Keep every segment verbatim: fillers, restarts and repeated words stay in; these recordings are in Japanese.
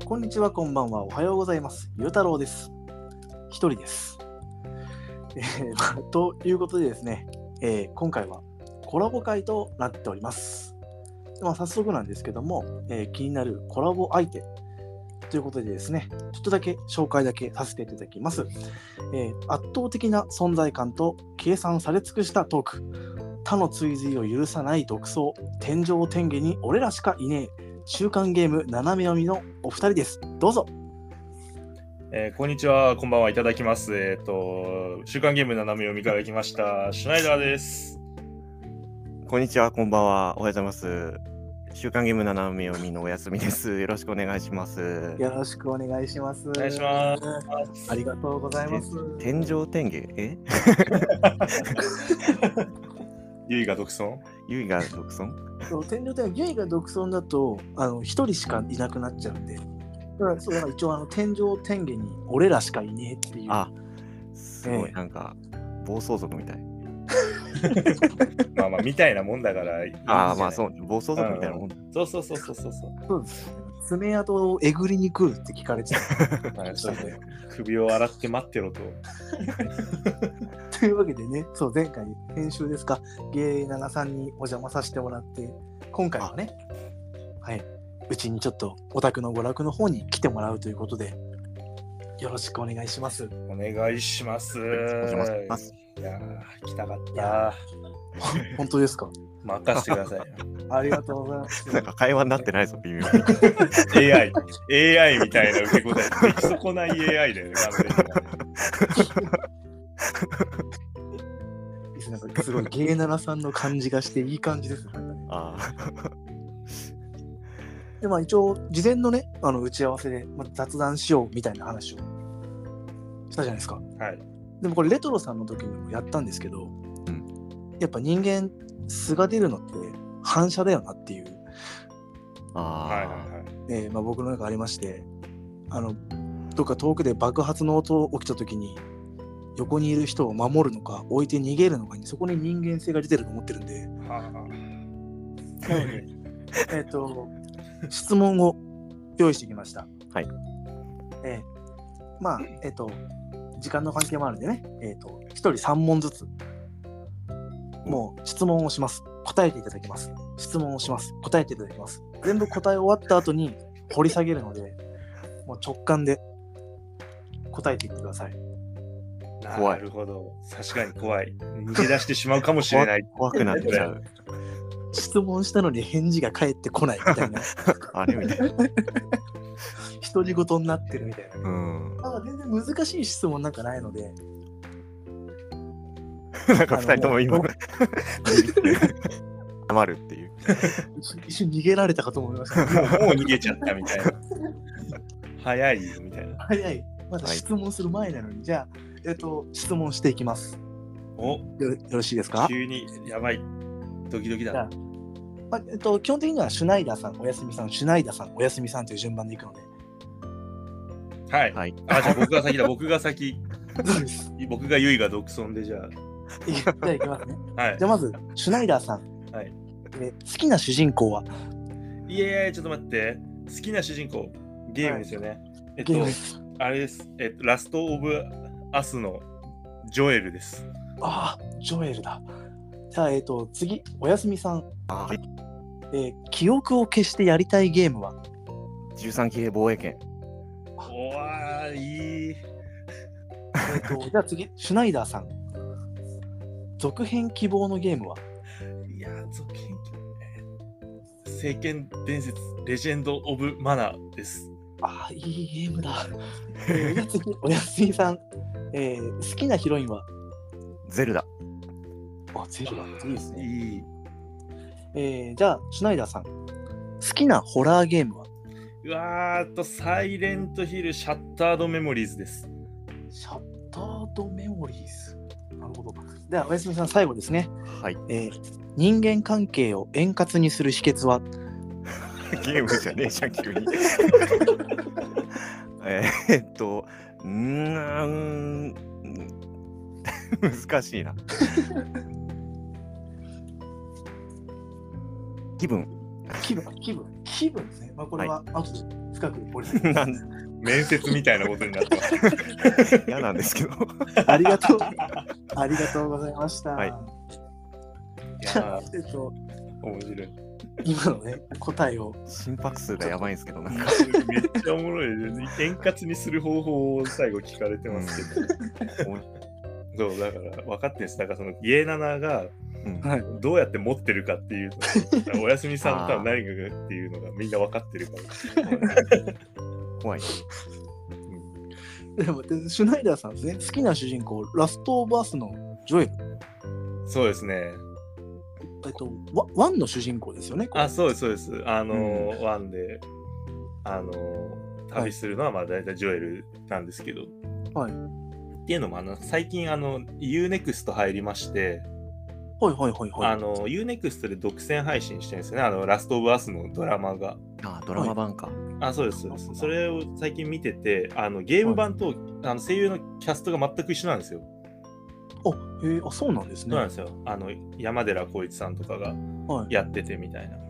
こんにちは、こんばんは、おはようございます。ゆうたろうです。一人です。えーまあ、ということでですね、えー今回はコラボ会となっております。まあ、早速なんですけども、えー気になるコラボ相手ということでですね、ちょっとだけ紹介だけさせていただきます。えー圧倒的な存在感と計算され尽くしたトーク、他の追随を許さない独創、天上天下に俺らしかいねえ、週刊ゲーム斜め読みのお二人です。どうぞ。 えーこんにちは、こんばんはいただきます。えっ、と、週刊ゲーム斜め読みから来ました、シュナイダーです。 こんにちは、こんばんは。おはようございます。週刊ゲーム斜め読みのおやすみです。よろしくお願いします。 よろしくお願いします。お願いします。 ありがとうございます。 天上天下えゆいが独尊ゆいが独尊そう天上天下、ゆいが独尊だとあの一人しかいなくなっちゃうんで、だからそうだから一応あの天上天下に俺らしかいねえっていう。 あ、すごい、ええ、なんか暴走族みたい。 まあまあみたいなもんだからいい。 ああ、まあそう、暴走族みたいなもん。 うん、そうそうそうそうそう。 そうです。爪痕をえぐりに来るって聞かれてた。 はい、そうね。首を洗って待ってろと。 というわけでね、そう前回編集ですか、ゲイナナさんにお邪魔させてもらって、今回はね、はい、うちにちょっとお宅の娯楽の方に来てもらうということで、よろしくお願いします。 お願いします。お願いします。 いやー、来たかった。 本当ですか？ 任せてください。 ありがとうございます。 なんか会話になってないぞ、微妙に。 エーアイ、エーアイ みたいな受け答え、出来損ない エーアイ だよね、完全に。なんかすごいゲイナナさんの感じがしていい感じですね。 あでまあ一応事前のねあの打ち合わせで、まあ、雑談しようみたいな話をしたじゃないですか。 はい。 でもこれレトロさんの時にもやったんですけど、うん、やっぱ人間素が出るのって反射だよなっていう。 あはいはいはい。 えーまあ、僕の中ありまして、あのどっか遠くで爆発の音起きた時に横にいる人を守るのか置いて逃げるのかにそこに人間性が出てると思ってるんで、はあ、なのでえっと質問を用意してきました。 はい。 えー、まあえっ、ー、と時間の関係もあるんでね、えっ、ー、とひとりさん問ずつもう質問をします。答えていただきます。質問をします。答えていただきます。全部答え終わった後に掘り下げるので、もう直感で答えていってください。 なるほど。確かに怖い。逃げ出してしまうかもしれない。 怖くなっちゃう。 質問したのに返事が返ってこないみたいな。 あれみたいな。 独り言になってるみたいな。 うん。 だから全然難しい質問なんかないので。 なんかふたりとも今黙るっていう一瞬逃げられたかと思いました、 ね、もう、もう逃げちゃったみたいな。早いよみたいな。 早い。まだ質問する前なのに、はい、じゃあ、えっと、質問していきます。 およ, よろしいですか？ 急にやばい。ドキドキだ。 まあえっと、基本的にはシュナイダーさん、おやすみさん、シュナイダーさん、おやすみさんという順番でいくので。 はい。はい、あ、じゃあ僕が先だ。僕が先。 そうです。 僕がゆいが独尊でじゃあ。 じゃあいきますね。 はい。 じゃあまずシュナイダーさん。 はい。 え好きな主人公は？ いやいやちょっと待って。好きな主人公ゲームですよね。はい、えっとあれです。えっとラストオブアスのジョエルです。 ああジョエルだ。じゃあえっと次おやすみさん。 はい。 えー、記憶を消してやりたいゲームは？ じゅうさん系防衛権。 おわいい。 えっとじゃあ次シュナイダーさん。続編希望のゲームは？ いや続編希望、聖剣伝説レジェンドオブマナーです。 ああいいゲームだ。えー、じゃあ次おやすみさん、えー、好きなヒロインは？ ゼルダ。 あゼルダいいですね。 いい。 えー、じゃあシュナイダーさん好きなホラーゲームは？ うわーっとサイレントヒルシャッタードメモリーズです。 シャッタードメモリーズ、なるほど。ではおやすみさん最後ですね。 はい。 えー、人間関係を円滑にする秘訣は？ ゲームじゃねえじゃん急に。えっとうーん難しいな。気分気分気分気分ですね。まあこれは後で深く掘り下げます。 面接みたいなことになってます。 嫌なんですけど。 ありがとう。ありがとうございました。 はい。 いやえっと、 面白い。 今のね、答えを。 心拍数がやばいんですけど、なんか。 めっちゃおもろいです。円滑にする方法を最後聞かれてますけど。そう、だから分かってるんです。だからそのゲーナナがどうやって持ってるかっていうの、おやすみさんとは何かっていうのがみんな分かってるから。 怖い。 でも、シュナイダーさんですね、好きな主人公、ラストオブアスのジョエル。 そうですね。 えっと、ワワンの主人公ですよね。 あ、そうです、そうです。あの、うん、ワンで、あの、旅するのは、まあ、大体ジョエルなんですけど。 はい。 っていうのも、あの、最近、あの、ユーネクスト 入りまして、 はいはいはいはい。 あの、ユーネクスト で独占配信してるんですよね。あの、ラストオブアスのドラマが。 あ、ドラマ版か。はい、 あ、そうです、そうです。それを最近見てて、あの、ゲーム版と、はい、あの声優のキャストが全く一緒なんですよ。 あ、へえ、あ、そうなんですね。 そうなんですよ。あの、山寺宏一さんとかがやっててみたいな。はい、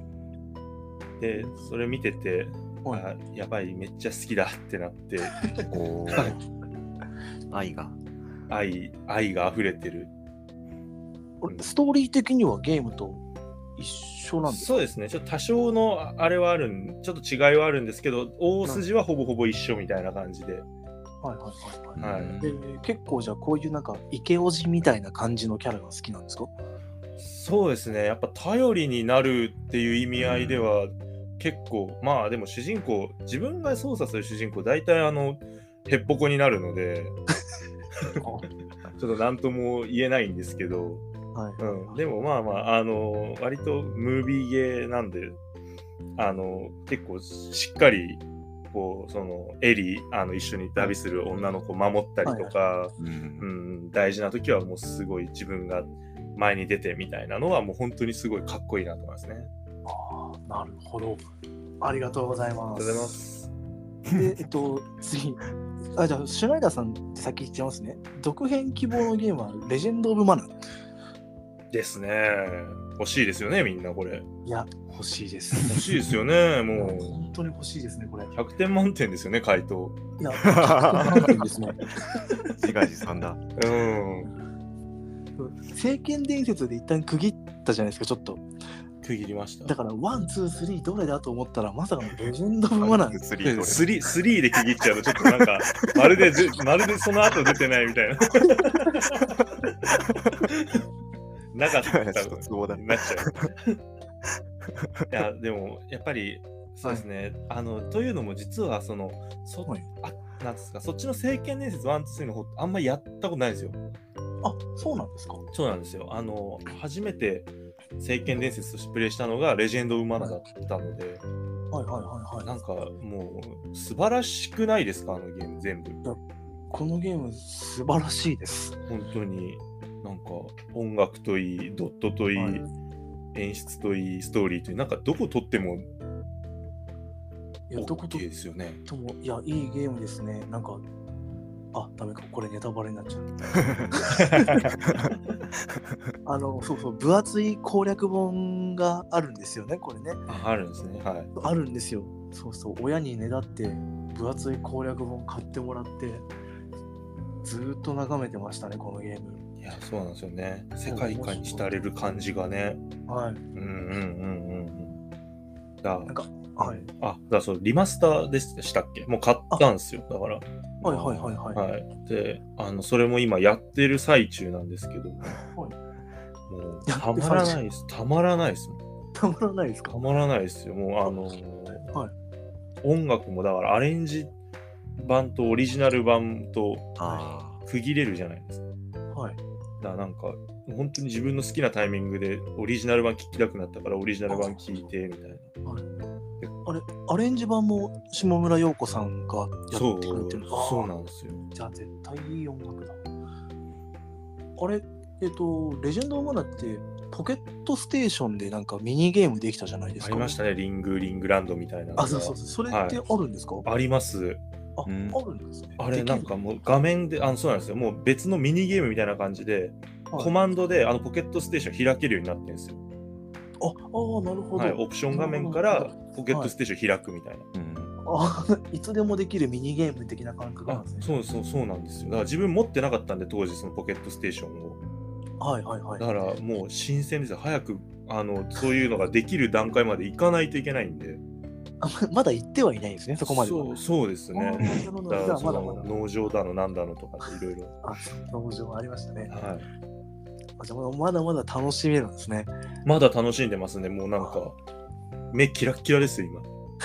で、それ見てて、はい、あ、やばい、めっちゃ好きだってなって、 こう、愛が。 愛、愛が溢れてる。 ストーリー的にはゲームと一緒なんですか？ そうですね。ちょっと多少のあれはあるん、ちょっと違いはあるんですけど、大筋はほぼほぼ一緒みたいな感じで。はいはいはいはい。はい、で結構じゃあこういうなんかイケオジみたいな感じのキャラが好きなんですか？ そうですね。やっぱ頼りになるっていう意味合いでは、結構、まあでも主人公、自分が操作する主人公、大体あの、へっぽこになるので、ちょっと何とも言えないんですけど、はいうん、でもまあまあ、あの割とムービーゲーなんで、あの結構しっかりこうそのエリーあの一緒に旅する女の子を守ったりとか、はいうん、大事な時はもうすごい自分が前に出てみたいなのはもう本当にすごいかっこいいなと思いますね。 ああ、なるほど。ありがとうございます。 ありがとうございます。 で、えっと、次。あ、じゃあ、シュナイダーさんって先言っちゃいますね。続編希望のゲームはレジェンド・オブ・マナー。 ですね。欲しいですよね、みんなこれ。 いや、欲しいです。 欲しいですよね、もう。 本当に欲しいですね、これ。 ひゃくてん満点ですよね、回答。 いや、ひゃくてん満点ですね。 自画自賛だ。 うん。 聖剣伝説で一旦区切ったじゃないですか、ちょっと。 区切りました。 だから、ワン、ツー、スリーどれだと思ったら、まさかのレジェンド・オブ・マナー。 スリー、スリー、スリーで区切っちゃうと、ちょっとなんか、まるで、まるでその後出てないみたいな。なかったらなっちゃう。いや、でも、やっぱり、そうですね。はい、あの、というのも、実は、その、そ、はい、あ、なんですか、そっちの聖剣伝説ワン、ツー、スリーの方、あんまりやったことないんですよ。 あ、そうなんですか？そうなんですよ。あの、初めて聖剣伝説としてプレイしたのがレジェンド・オブ・マナーだったので、 はいはいはいはい。 なんか、もう、素晴らしくないですか、あのゲーム、全部。 このゲーム、素晴らしいです。 本当に。なんか音楽といい、ドットといい、はい、演出といい、ストーリーといい、なんかどこ撮っても OK ですよね。 ともいや、いいゲームですね。なんか、あ、ダメか、これネタバレになっちゃう。あの、そうそう、分厚い攻略本があるんですよね、これね。 あ、あるんですね。はい。 あるんですよ。そうそう、親にねだって分厚い攻略本買ってもらって、ずーっと眺めてましたね、このゲーム。 いや、そうなんですよね。世界観に浸れる感じがね。 はい。 うんうんうんうん。だなんか、はい。 あ、だそう、リマスターでしたっけ？もう買ったんですよ。だから。 はいはいはいはい。 はい。で、あの、それも今やってる最中なんですけど、はい、もう、たまらないです。たまらないですもん。 たまらないですか？ たまらないですよ。もう、あのー、はい。音楽もだからアレンジ版とオリジナル版と区切れるじゃないですか。はい。だからなんか本当に自分の好きなタイミングでオリジナル版聴きたくなったからオリジナル版聴いてみたいな。はい、 あれアレンジ版も下村陽子さんがやってくれてる。 そうそうなんですよ。 じゃあ絶対いい音楽だ。あれえっとレジェンド・オブ・マナーってポケットステーションでなんかミニゲームできたじゃないですか。 ありましたね。リングリングランドみたいなのが。 あ、そうそうそう。それってあるんですか？ はい、あります。 あ、うん、あるんですね。 あれなんかもう画面で、あのそうなんですよ。もう別のミニゲームみたいな感じで、はい、コマンドであのポケットステーション開けるようになってるんですよ。 あ、あ、なるほど。 はい、オプション画面からポケットステーション開くみたいな。 はい、 あいつでもできるミニゲーム的な感覚なんあですね。 そうそうそうなんですよ。だから自分持ってなかったんで、当時そのポケットステーションを。 はいはいはい。 だからもう新鮮ですよ。早くあのそういうのができる段階まで行かないといけないんで。 あまだ行ってはいないんですね、そこまでは。 そうそうですね。 あーなるほどじゃだからそあまだまだの農場だのなんだのとかっていろいろ。 あ、農場ありましたね。 はい。 あじゃあまだまだ楽しめるんですね。 まだ楽しんでますね。もうなんか目キラッキラですよ今。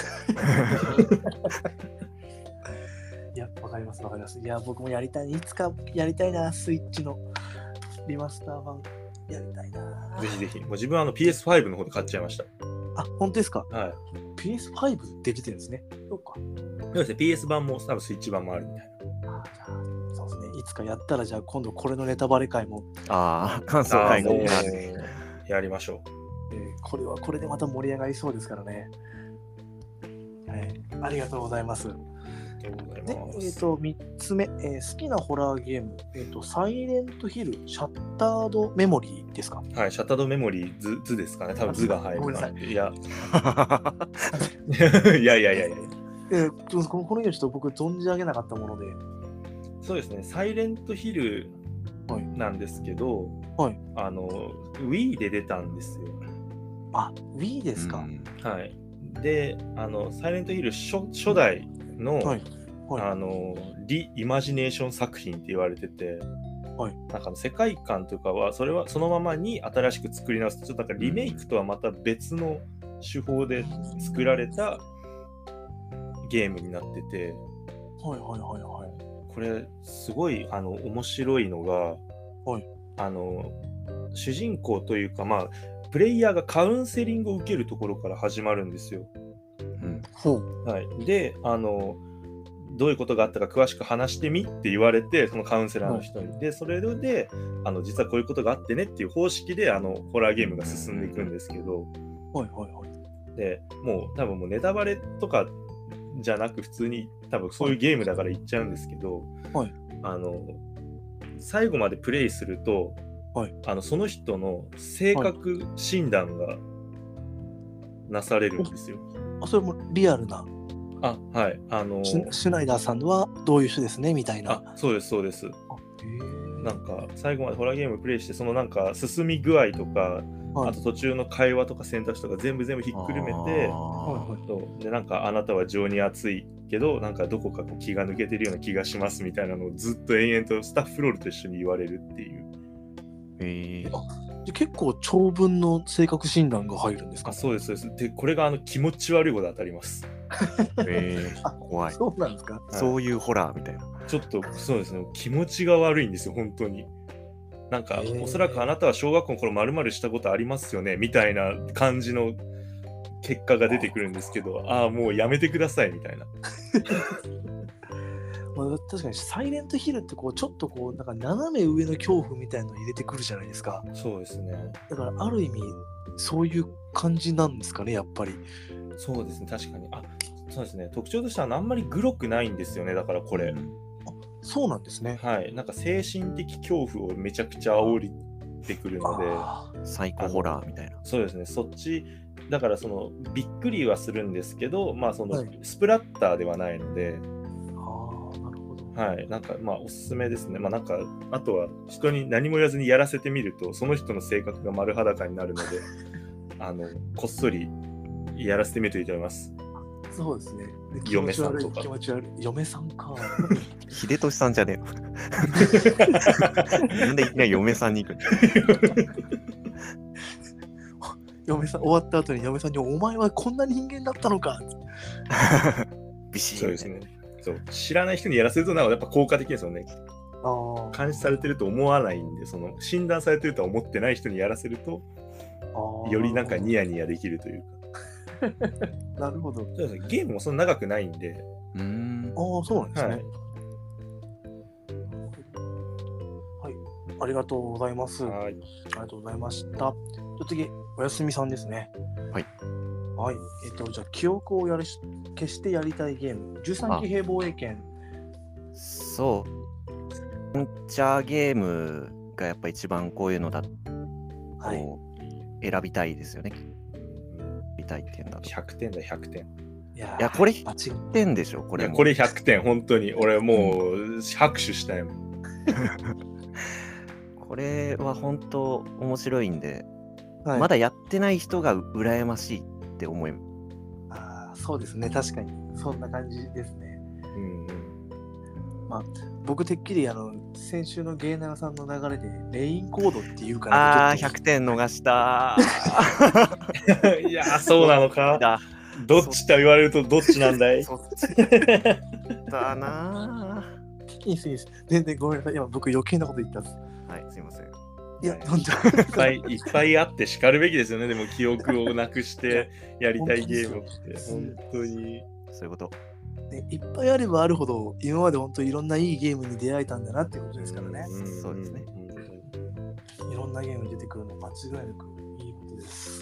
いや、わかりますわかります。いや、僕もやりたい。いつかやりたいな、スイッチのリマスター版やりたいな。 ぜひぜひ。もう自分はあの ピーエスファイブ の方で買っちゃいました。 あ、本当ですか？ はい。 ピーエスファイブ って出てるんですね。そうか。 そうですね。ピーエス 版も多分スイッチ版もあるみたいな。 あじゃあそうですね。いつかやったら、じゃあ今度これのネタバレ会も、 ああ、感想会がもうある。 やりましょえーこれはこれでまた盛り上がりそうですからね。はい。ありがとうございます。 う。ありがとうございで、 ます。 えっ、と、みっつめ、えー好きなホラーゲーム、えっ、と、サイレントヒル、シャッタードメモリーですか？ はい、シャッタードメモリー図、図ですかね。多分図が入るごめんなさい。いや、いやいやいやいや。 えーちょっとこのこのゲームちょっと僕存じ上げなかったもので、 そうですね。サイレントヒルはいなんですけど、 はいあの、Wii で出たんですよ。 あ、Wii ですか？ うんはい。で、あの、サイレントヒル初初代の、 はいはいあの、リイマジネーション作品って言われてて、 はいなんかあの世界観とかは、それはそのままに新しく作り直す。ちょっとなんかリメイクとはまた別の手法で作られたゲームになってて、 はいはいはいはい。 これすごいあの面白いのが、 はいあの主人公というか、まあプレイヤーがカウンセリングを受けるところから始まるんですよ。 うんほう。 はい、であのどういうことがあったか詳しく話してみって言われて、そのカウンセラーの人に、でそれであの実はこういうことがあってねっていう方式であのホラーゲームが進んでいくんですけど、 はいはいはい。 でもう多分もうネタバレとかじゃなく普通に多分そういうゲームだから言っちゃうんですけど、 はいあの最後までプレイすると、 はいあのその人の性格診断がなされるんですよ。 あ、それもリアルな、 あ、はい。あのシュシュナイダーさんはどういう人ですねみたいな。 あ、そうです、そうです。 あへーなんか最後までホラーゲームプレイして、そのなんか進み具合とか、 はいあと途中の会話とか選択肢とか全部全部ひっくるめて、 はいはいそうでなんかあなたは情に熱いけどなんかどこかこう気が抜けてるような気がしますみたいなのをずっと延々とスタッフロールと一緒に言われるっていう。 えーで結構長文の性格診断が入るんですか？ あ、そうですそうです。でこれがあの気持ち悪いほど当たります。 えー怖い。 そうなんですか？ はいそういうホラーみたいな。 ちょっとそうですね、気持ちが悪いんですよ本当に。なんか、 へーおそらくあなたは小学校の頃丸々したことありますよねみたいな感じの結果が出てくるんですけど、ああもうやめてくださいみたいな。 まあ、確かにサイレントヒルってこうちょっとこうなんか斜め上の恐怖みたいなの入れてくるじゃないですか。 そうですね。 だからある意味そういう感じなんですかね、やっぱり。 そうですね、確かに。あ、そうですね。特徴としてはあんまりグロくないんですよね。だからこれ、 うんそうなんですね。 はい、なんか精神的恐怖をめちゃくちゃ煽りてくるので、 あサイコホラーみたいな。 そうですね。そっちだからそのびっくりはするんですけど、まあそのはいスプラッターではないので。 ーあー、なるほど。 はい、なんかまあおすすめですね。まあなんかあとは人に何も言わずにやらせてみるとその人の性格が丸裸になるのであのこっそりやらせてみるといいと思います。 そうですね。で嫁さんとか気持ち悪い気持ち悪い。嫁さんか。 秀俊さんじゃねえよ。なんでいきなり嫁さんに行くの嫁さん終わった後に嫁さんにお前はこんな人間だったのか。 ビシッそうですね。そう知らない人にやらせるとなんかやっぱ効果的ですよね。 あ監視されてると思わないんで、その診断されてるとは思ってない人にやらせるとあ。 よりなんかニヤニヤできるというか。 なるほど。 そうですね、ゲームもそんな長くないんで、 うーんああ、そうなんですね。 はいはい。ありがとうございます。あはいりがとうございました。じゃあ次、おやすみさんですね。 はい。 はい。えっと、じゃあ、記憶をやりし消してやりたいゲーム。じゅうさんき兵防衛権。 そう。ベンチャーゲームがやっぱ一番こういうのだとはい。 選びたいですよね。選びたいっていうんだと。 ひゃくてんだ、ひゃくてん。 いやーいや、これ間違ひゃくてんでしょ、これも。 これこれひゃくてん、本当に。俺もう拍手したいもん。 これは本当面白いんで、 はい、 まだやってない人が羨ましいって思います。 あーそうですね、確かにそんな感じですね。 うん僕てっきりあの先週のゲーナーさんの流れでレインコードっていうからあー、ひゃくてん逃したうん、いやー、そうなのか。 だ。 どっちと言われるとどっちなんだい。 そっちだないいですいいです、全然ごめんなさい、今僕余計なこと言ったんです。 ー。はい、すいません。 いや、本いっぱいいっぱいあって叱るべきですよね。でも記憶をなくしてやりたいゲームって本当に。 そういうこと。 当ね、いっぱいあればあるほど今まで本当いろんないいゲームに出会えたんだなってことですからね。 んそうですね。 いろんなゲームに出てくるの間違いなくいいことです。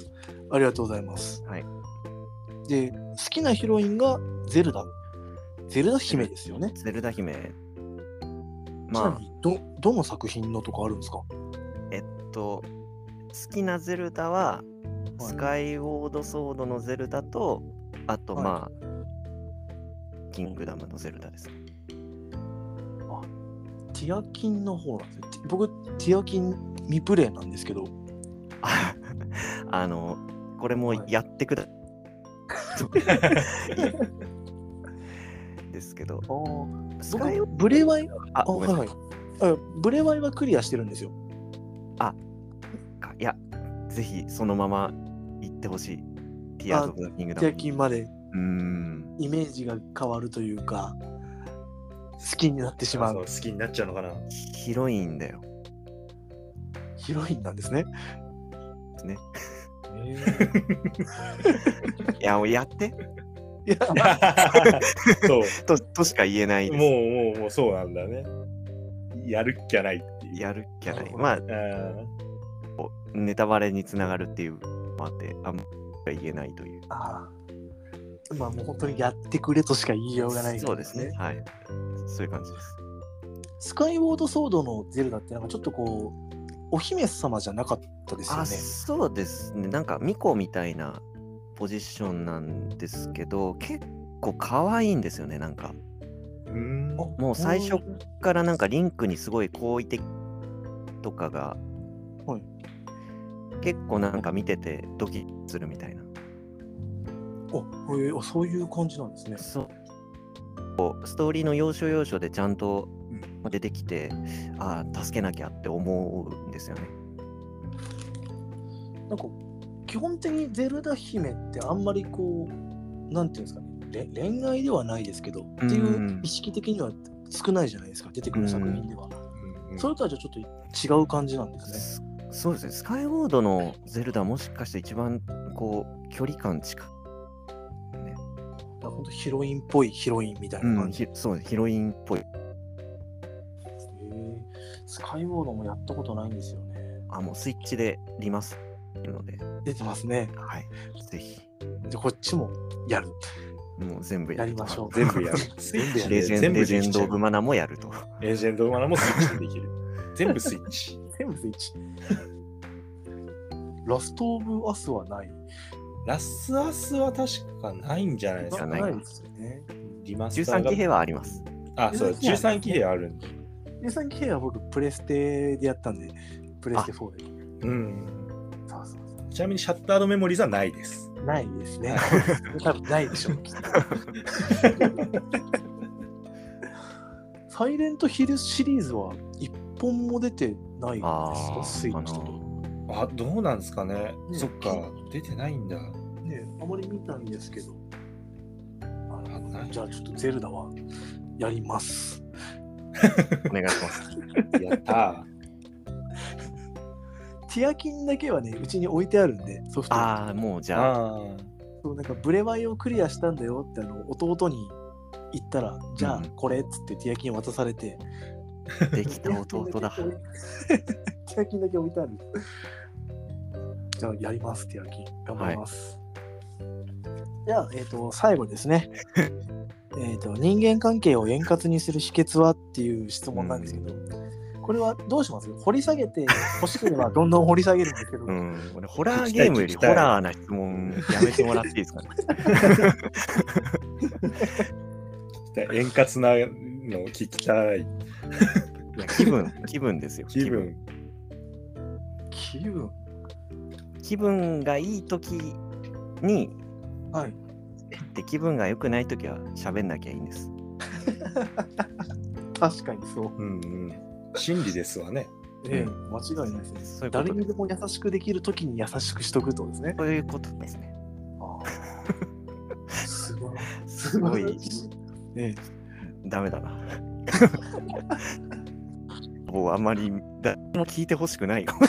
ありがとうございます。 はい。 で、好きなヒロインがゼルダ。ゼルダ姫ですよね。 ゼルダ姫。 ちなまあみ、にど、どの作品のとかあるんですか？ えっと、好きなゼルダは、 はいスカイウォードソードのゼルダと、あと、 はいまあ、キングダムのゼルダです。 ティアキンの方なんですよ。僕、ティアキン未プレイなんですけど、 ああの、これもはいやってくだ、ですけど、スカイウォ僕、ブレワイ、 あ、 あ、 ごめんなさい。 はいはい。あブレワイはクリアしてるんですよ。 いや、ぜひそのまま行ってほしい。ティアーズ・オブ・ザ・キングダティアム。 キンまでうーん。 イメージが変わるというか、好きになってしまう。 そう好きになっちゃうのかな。 ヒロインだよ。 ヒロインなんですね。 ですね。 へいや、もうやっていや、 そう。 ととしか言えないです。 もうもうもうそうなんだね。やるっきゃないっていう。 やるっきゃない。 なるほどまあ、 あーネタバレにつながるっていうのもあって、あんまり言えないという。 ああ、まあもう本当にやってくれとしか言いようがない、 そうですね。。はい。そういう感じです。 スカイウォードソードのゼルダってなんかちょっとこう、お姫様じゃなかったですよあ、 ね。 そうですね。なんか、ミコみたいなポジションなんですけど、結構可愛いんですよね、なんか。 うんもう最初からなんかリンクにすごい好意的とかが、 はい結構なんか見ててドキッするみたいな。 おへえあそういう感じなんですね。 そう。こうストーリーの要所要所でちゃんと出てきて、ああ、助けなきゃって思うんですよね。 なんか基本的にゼルダ姫ってあんまりこう、なんていうんですかね、れ恋愛ではないですけど、っていう意識的には少ないじゃないですか、出てくる作品では。 うんそれとはじゃあちょっと違う感じなんですね。 そうですね。スカイウォードのゼルダもしかして一番こう距離感近い。 本当ヒロインっぽいヒロインみたいなうん、 感じ。 ひそうヒロインっぽい。 へえスカイウォードもやったことないんですよね。 あ、もうスイッチでリマスいるので、 出てますね。 はい。ぜひ、 でこっちもやる。 もう全部やりましょう。 全部やる。 全部やる。 レジェン全部レジェンド・できちゃうオブ・マナもやると。 レジェンドマナもスイッチでできる。全部スイッチ。 全部スイッチ。ラストオブアスはない。 ラスアスは確かないんじゃないですか。 ないないですよね。 リマスじゅうターがさん騎兵はあります。 あ、そう、じゅうさん騎兵あるんで。 じゅうさん騎兵は僕プレステでやったんで、プレステフォーで。 うん。 そうそうそちなみにシャッタードメモリーズはないです。 う。ないですね。多分ないでしょう。きっとサイレントヒルシリーズは一本も出てないんですあか、 ースイッチと。 あ、どうなんですかね。 ねそっか、出てないんだ。 ね、あまり見たんですけど。ああないじゃあちょっとゼルダはやります。 お願いします。 やったティアキンだけはね、うちに置いてあるんで、ソフトに。 ああ、もうじー。 ゃあ、 あそうなんかブレワイをクリアしたんだよってあの弟に言ったら、じゃあうんこれっつってティアキン渡されて、 できた弟だ。 ティアキンだけ置いてある。じゃあやります、ティアキン。頑張ります。じゃあ、えっ、と、最後ですね。えっと、人間関係を円滑にする秘訣はっていう質問なんですけど、 これはどうします？掘り下げて欲しければどんどん掘り下げるんですけど、 うん、俺ホラーゲームよりホラーな質問やめてもらっていいですかね。 円滑なの聞きたい。 いや気分、気分ですよ。 気分。 気分気分がいいときに、 はい。 で気分が良くないときは喋んなきゃいいんです。 確かにそう。 うんうん。真理ですわね。 ええ、間違いないですね。 そういうこと誰にでも優しくできるときに優しくしとくとですね。 そういうことですね。 ああすごい。 すごい。 ええ、 ダメだな。もうあんまり誰も聞いてほしくないよ。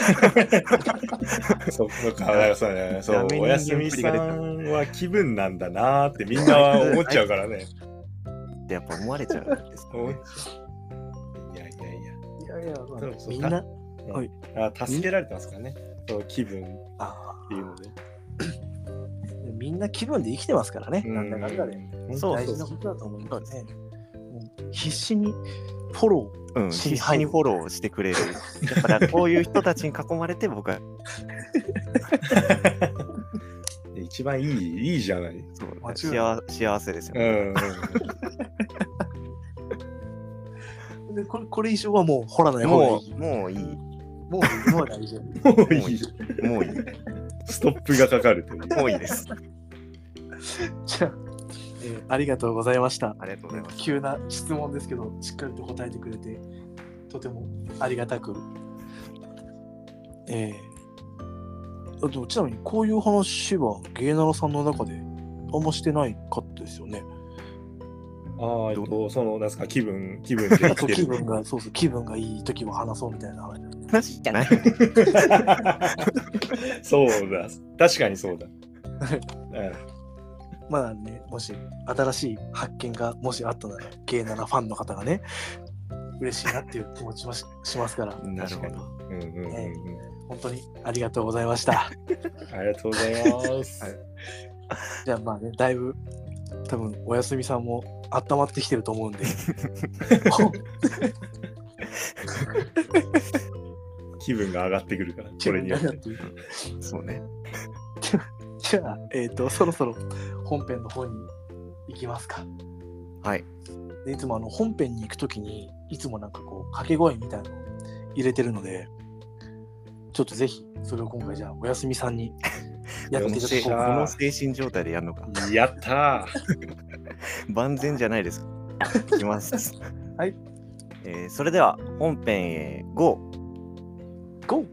そっか、だからそうね、そうダメ人間おやすみさんは気分なんだなーってみんなは思っちゃうからね。 ってやっぱ思われちゃうんですかね。 いやいやいや。 いやいや、まあそうそうみんな、 うんはいあ助けられてますからね。そう気分っあていうので。 あみんな気分で生きてますからね。なんだかんだで。 うんそう大事なことだと思いますね。もう必死にフォロー。 うん、必死にフォローしてくれる。だからこういう人たちに囲まれて僕は一番いい、いいじゃない。 そう間違い幸幸せですよね。 うんうん。 でこれこれ以上はもう掘らない方がもいい。 うもういい。 もうもう大丈夫。 もういい。 もういい。 ストップがかかるという。 もういいです。 じゃあ、えーありがとうございました。 ありがとうございます。 急な質問ですけど、しっかりと答えてくれて、とてもありがたく。えー、あでもちなみに、こういう話はゲイナラさんの中であんましてないかったですよね。 ああ、えっと、その、なんですか、気分、気分で生あときてる。 気分が、そうそう、気分がいい時は話そうみたいな話。 話じゃない。 そうだ、確かにそうだ。 まあね、もし新しい発見がもしあったなら、ゲイナラファンの方がね、嬉しいなっていう気持ちもししますから、 なるほど。 うんうんうんうんえ本当にありがとうございました。 ありがとうございます。 はいじゃあまあね、だいぶ多分おやすみさんも温まってきてると思うんで。 気分が上がってくるから、これによって。 そうね。 じゃあ、えっ、と、そろそろ本編の方に行きますか。 はい。 でいつもあの本編に行くときに、いつもなんかこう、掛け声みたいなのを入れてるので、ちょっとぜひ、それを今回じゃあ、おやすみさんにやっていただこうこかの精神状態でやるのか。 やったー。 万全じゃないです。いきます。 はい。 えーそれでは本編へ ゴー。 ゴー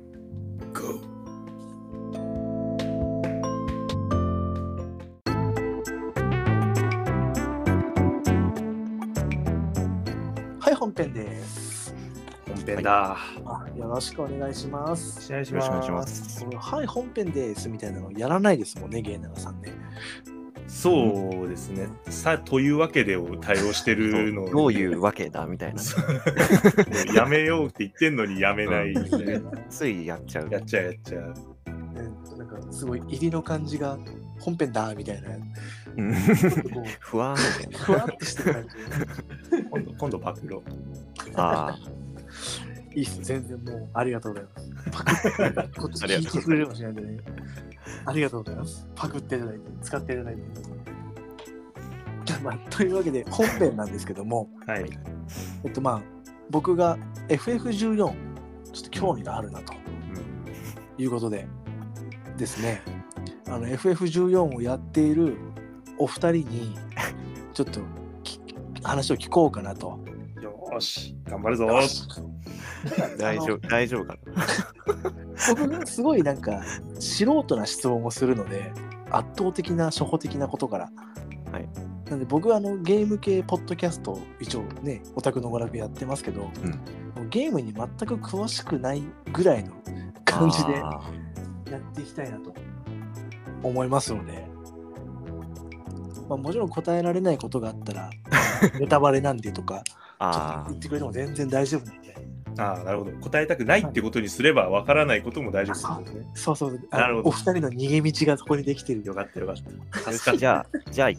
はい、本編です。 本編だ。 あよろしくお願いします。 お願いしよろしくお願いしま。 ますす。 このはい、本編ですみたいなのやらないですもんね、ゲイナラさんね。 そうですね。さというわけでを対応してるの。 どういうわけだみたいな。 やめようって言ってんのにやめないみたいな。 ついやっちゃう。 やっちゃうやっちゃう。 ねなんかすごい入りの感じが本編だみたいな、 うんこう不安みたいな。 ふわっとしてる感じ。 今度、今度暴露。 あいいっす、全然もうありがとうございます。パクって、こっち聞いてくれるかもしれないんでね。ありがとうございます。パクっていただいて、使っていただいて。じゃあまあ、というわけで本編なんですけども、 はい。 えっとまあ、僕が エフエフじゅうよん、ちょっと興味があるなということでですね、あの エフエフじゅうよん をやっているお二人に、ちょっとき話を聞こうかなと。 よーし、頑張るぞ。 あ、大丈夫、大丈夫かな。 僕がすごいなんか素人な質問をするので、圧倒的な初歩的なことから、 はい、 なんで僕はあのゲーム系ポッドキャスト一応ねオタクの娯楽やってますけど、もうゲームに全く詳しくないぐらいの感じでやっていきたいなと思いますので、まあ、もちろん答えられないことがあったらネタバレなんでとかちょっと言ってくれても全然大丈夫なんで。 ああ、なるほど。答えたくないってことにすれば、わからないことも大丈夫ですね。 そうそう。 なるほど。 お二人の逃げ道がそこにできてる。 よかったよかった。助かった。 じゃあ、じゃあ行こう。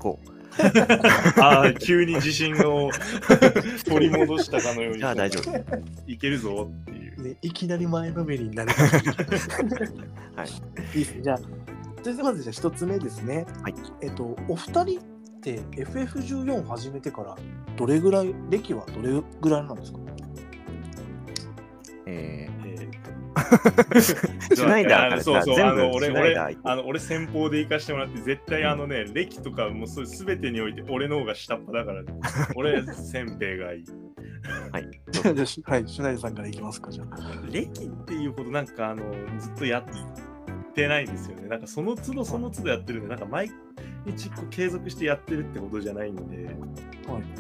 ああ、急に自信を取り戻したかのように。 じゃあ大丈夫。 いけるぞっていう。 ね、いきなり前のめりになる。 はい。 いいですね。じゃあ、とりあえずまずじゃあ一つ目ですね。 はい。 えっと、お二人って エフエフじゅうよん 始めてからどれぐらい、歴はどれぐらいなんですか？ えー、 えー、シュナイダーからそうそう、 全部あの俺シュナイダー俺あの俺先方で行かしてもらって絶対あのね、うん、歴とかもうそうすべてにおいて俺の方が下っ端だから、ね、俺先兵がいい。 はい。じゃあ、はい、シュナイダーさんからいきますか。じゃあ。 歴っていうほどなんかあのずっとやってないんですよね。なんかその都度その都度やってるんで、なんか毎日こう継続してやってるってことじゃないんで、はい、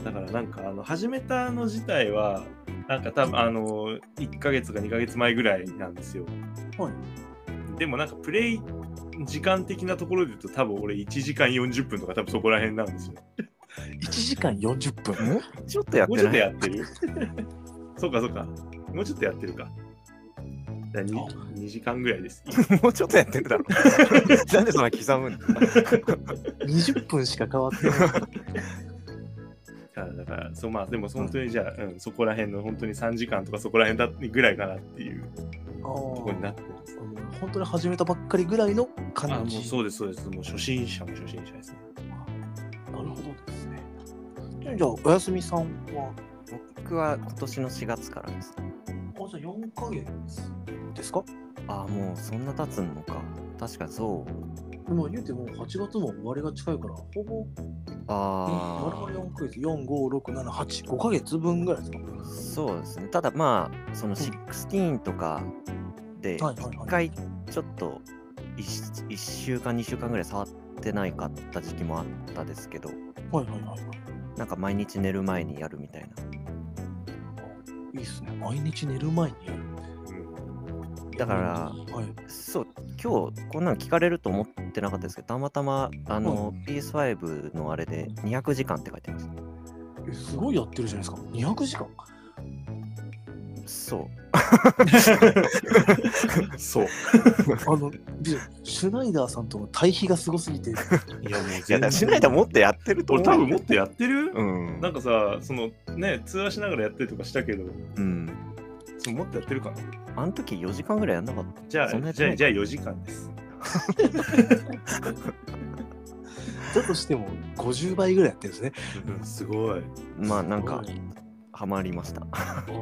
だからなんかあの始めたの自体はなんか多分あのいっかげつかにかげつまえぐらいなんですよ。はい。でもなんかプレイ時間的なところで言うと多分俺いちじかんよんじゅっぷんとか多分そこら辺なんですよ。 いちじかんよんじゅっぷんもうちょっとやってる。 もうちょっとやってるそうかそうか。もうちょっとやってるか。だ 2, にじかんぐらいです。 もうちょっとやってるだろ。なんでそんな刻むんだにじゅっぷんしか変わってない。 だからそうまあでも本当にじゃあ、うん、そこら辺の本当にさんじかんとかそこら辺だぐらいかなっていうところになってます。 本当に始めたばっかりぐらいの感じ。あ、 もうそうですそうです。もう初心者も初心者ですね。 なるほどですね。じゃあおやすみさんは？ 僕は今年のしがつからです。 あ、じゃあよんかげつですか？ あ、もうそんな経つのか。確かそう。 でも言うてもはちがつも終わりが近いからほぼあ丸々よんかげつ、よん、ご、ろく、なな、はち、ごかげつぶんぐらいですか？ そうですね。ただまあそのじゅうろくとかでいっかいちょっと 1, いっしゅうかんにしゅうかんぐらい触ってないかった時期もあったですけど、 はいはいはいはい。 なんか毎日寝る前にやるみたいな。 いいっすね。毎日寝る前にやる。 だから、はい、そう今日こんなの聞かれると思ってなかったですけど、たまたまあの、はい、ピーエスファイブ のあれでにひゃくじかんって書いてます。 え、すごいやってるじゃないですか。にひゃくじかん。 そうそうあのシュナイダーさんとの対比がすごすぎて。いやもういやシュナイダーもっとやってると思う。 俺多分もっとやってる、 うん、 なんかさそのね通話しながらやったりとかしたけど、 うん、 そのもっとやってるかな。 あの時よじかんぐらいやんなかった。 じゃあじゃあじゃあよじかんですだとしてもごじゅうばいぐらいやってるんですね。 うん、すごい。 まあなんかハマりました。 ああ、よ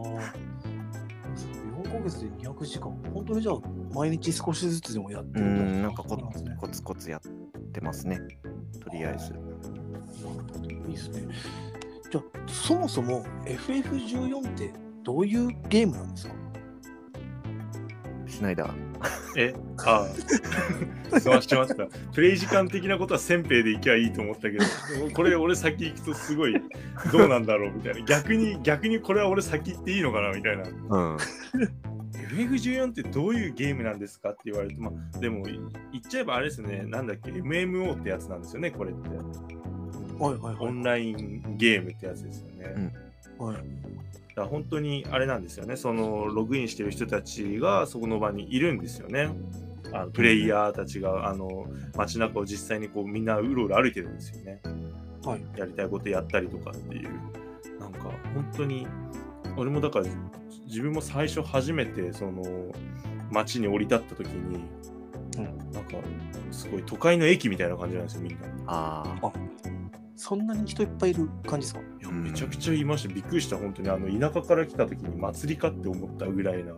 んかげつでにひゃくじかん。本当にじゃあ毎日少しずつでもやってるんだ。 うん、なんかコツ、ね、コツコツやってますね。とりあえず。 いいですね。じゃあそもそも エフエフじゅうよん ってどういうゲームなんですか？ シュナイダー。 え、ああ、すましました。プレイ時間的なことはせん兵でいけばいいと思ったけど、これ俺先行くとすごいどうなんだろうみたいな。逆に逆にこれは俺先行っていいのかなみたいな。 うん。 エフエフじゅうよん ってどういうゲームなんですかって言われると、まあでも言っちゃえばあれですね、なんだっけ エムエムオー ってやつなんですよね、これって。 はいはいはい。 オンラインゲームってやつですよね。 うん、はい。 だから本当にあれなんですよね。そのログインしてる人たちがそこの場にいるんですよね。あのプレイヤーたちがあの街中を実際にこうみんなうろうろ歩いてるんですよね。はい。やりたいことやったりとかっていう。なんか本当に俺もだから自分も最初初めてその街に降り立った時に、うん、なんかすごい都会の駅みたいな感じなんですよみんな。 ああ。 そんなに人いっぱいいる感じですか？ いやめちゃくちゃいました。びっくりした。本当にあの田舎から来た時に祭りかって思ったぐらいな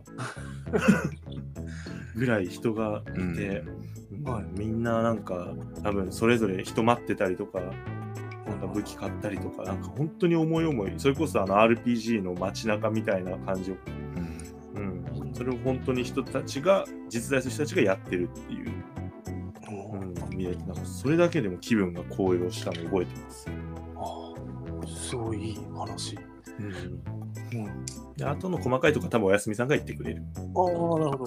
ぐらい人がいて、うんまあ、みんななんか多分それぞれ人待ってたりとかなんか武器買ったりとかなんか本当に思い思いそれこそあの アールピージー の街中みたいな感じを、うんうん、それを本当に人たちが実在する人たちがやってるっていう。なんかそれだけでも気分が高揚したのを覚えてます。 ああ、すごいいい話。 うんうん、であとの細かいところ多分おやすみさんが言ってくれる。 ああ、なるほど。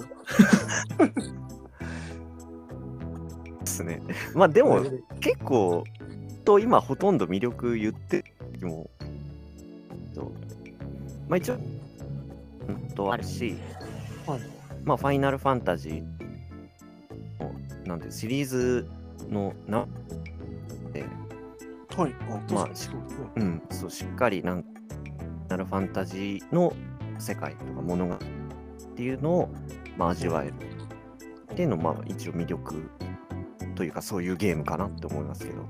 ですね。まあでも結構と今ほとんど魅力言ってもとまあ一応とあるし、はい、まあファイナルファンタジーのなんてシリーズのなではい。あ、確まあかにそうですね。 うん、そう、しっかりなんなるファンタジーの世界とか物語っていうのを、まあ、味わえるっていうのも、まあ、一応魅力というか、そういうゲームかなって思いますけど。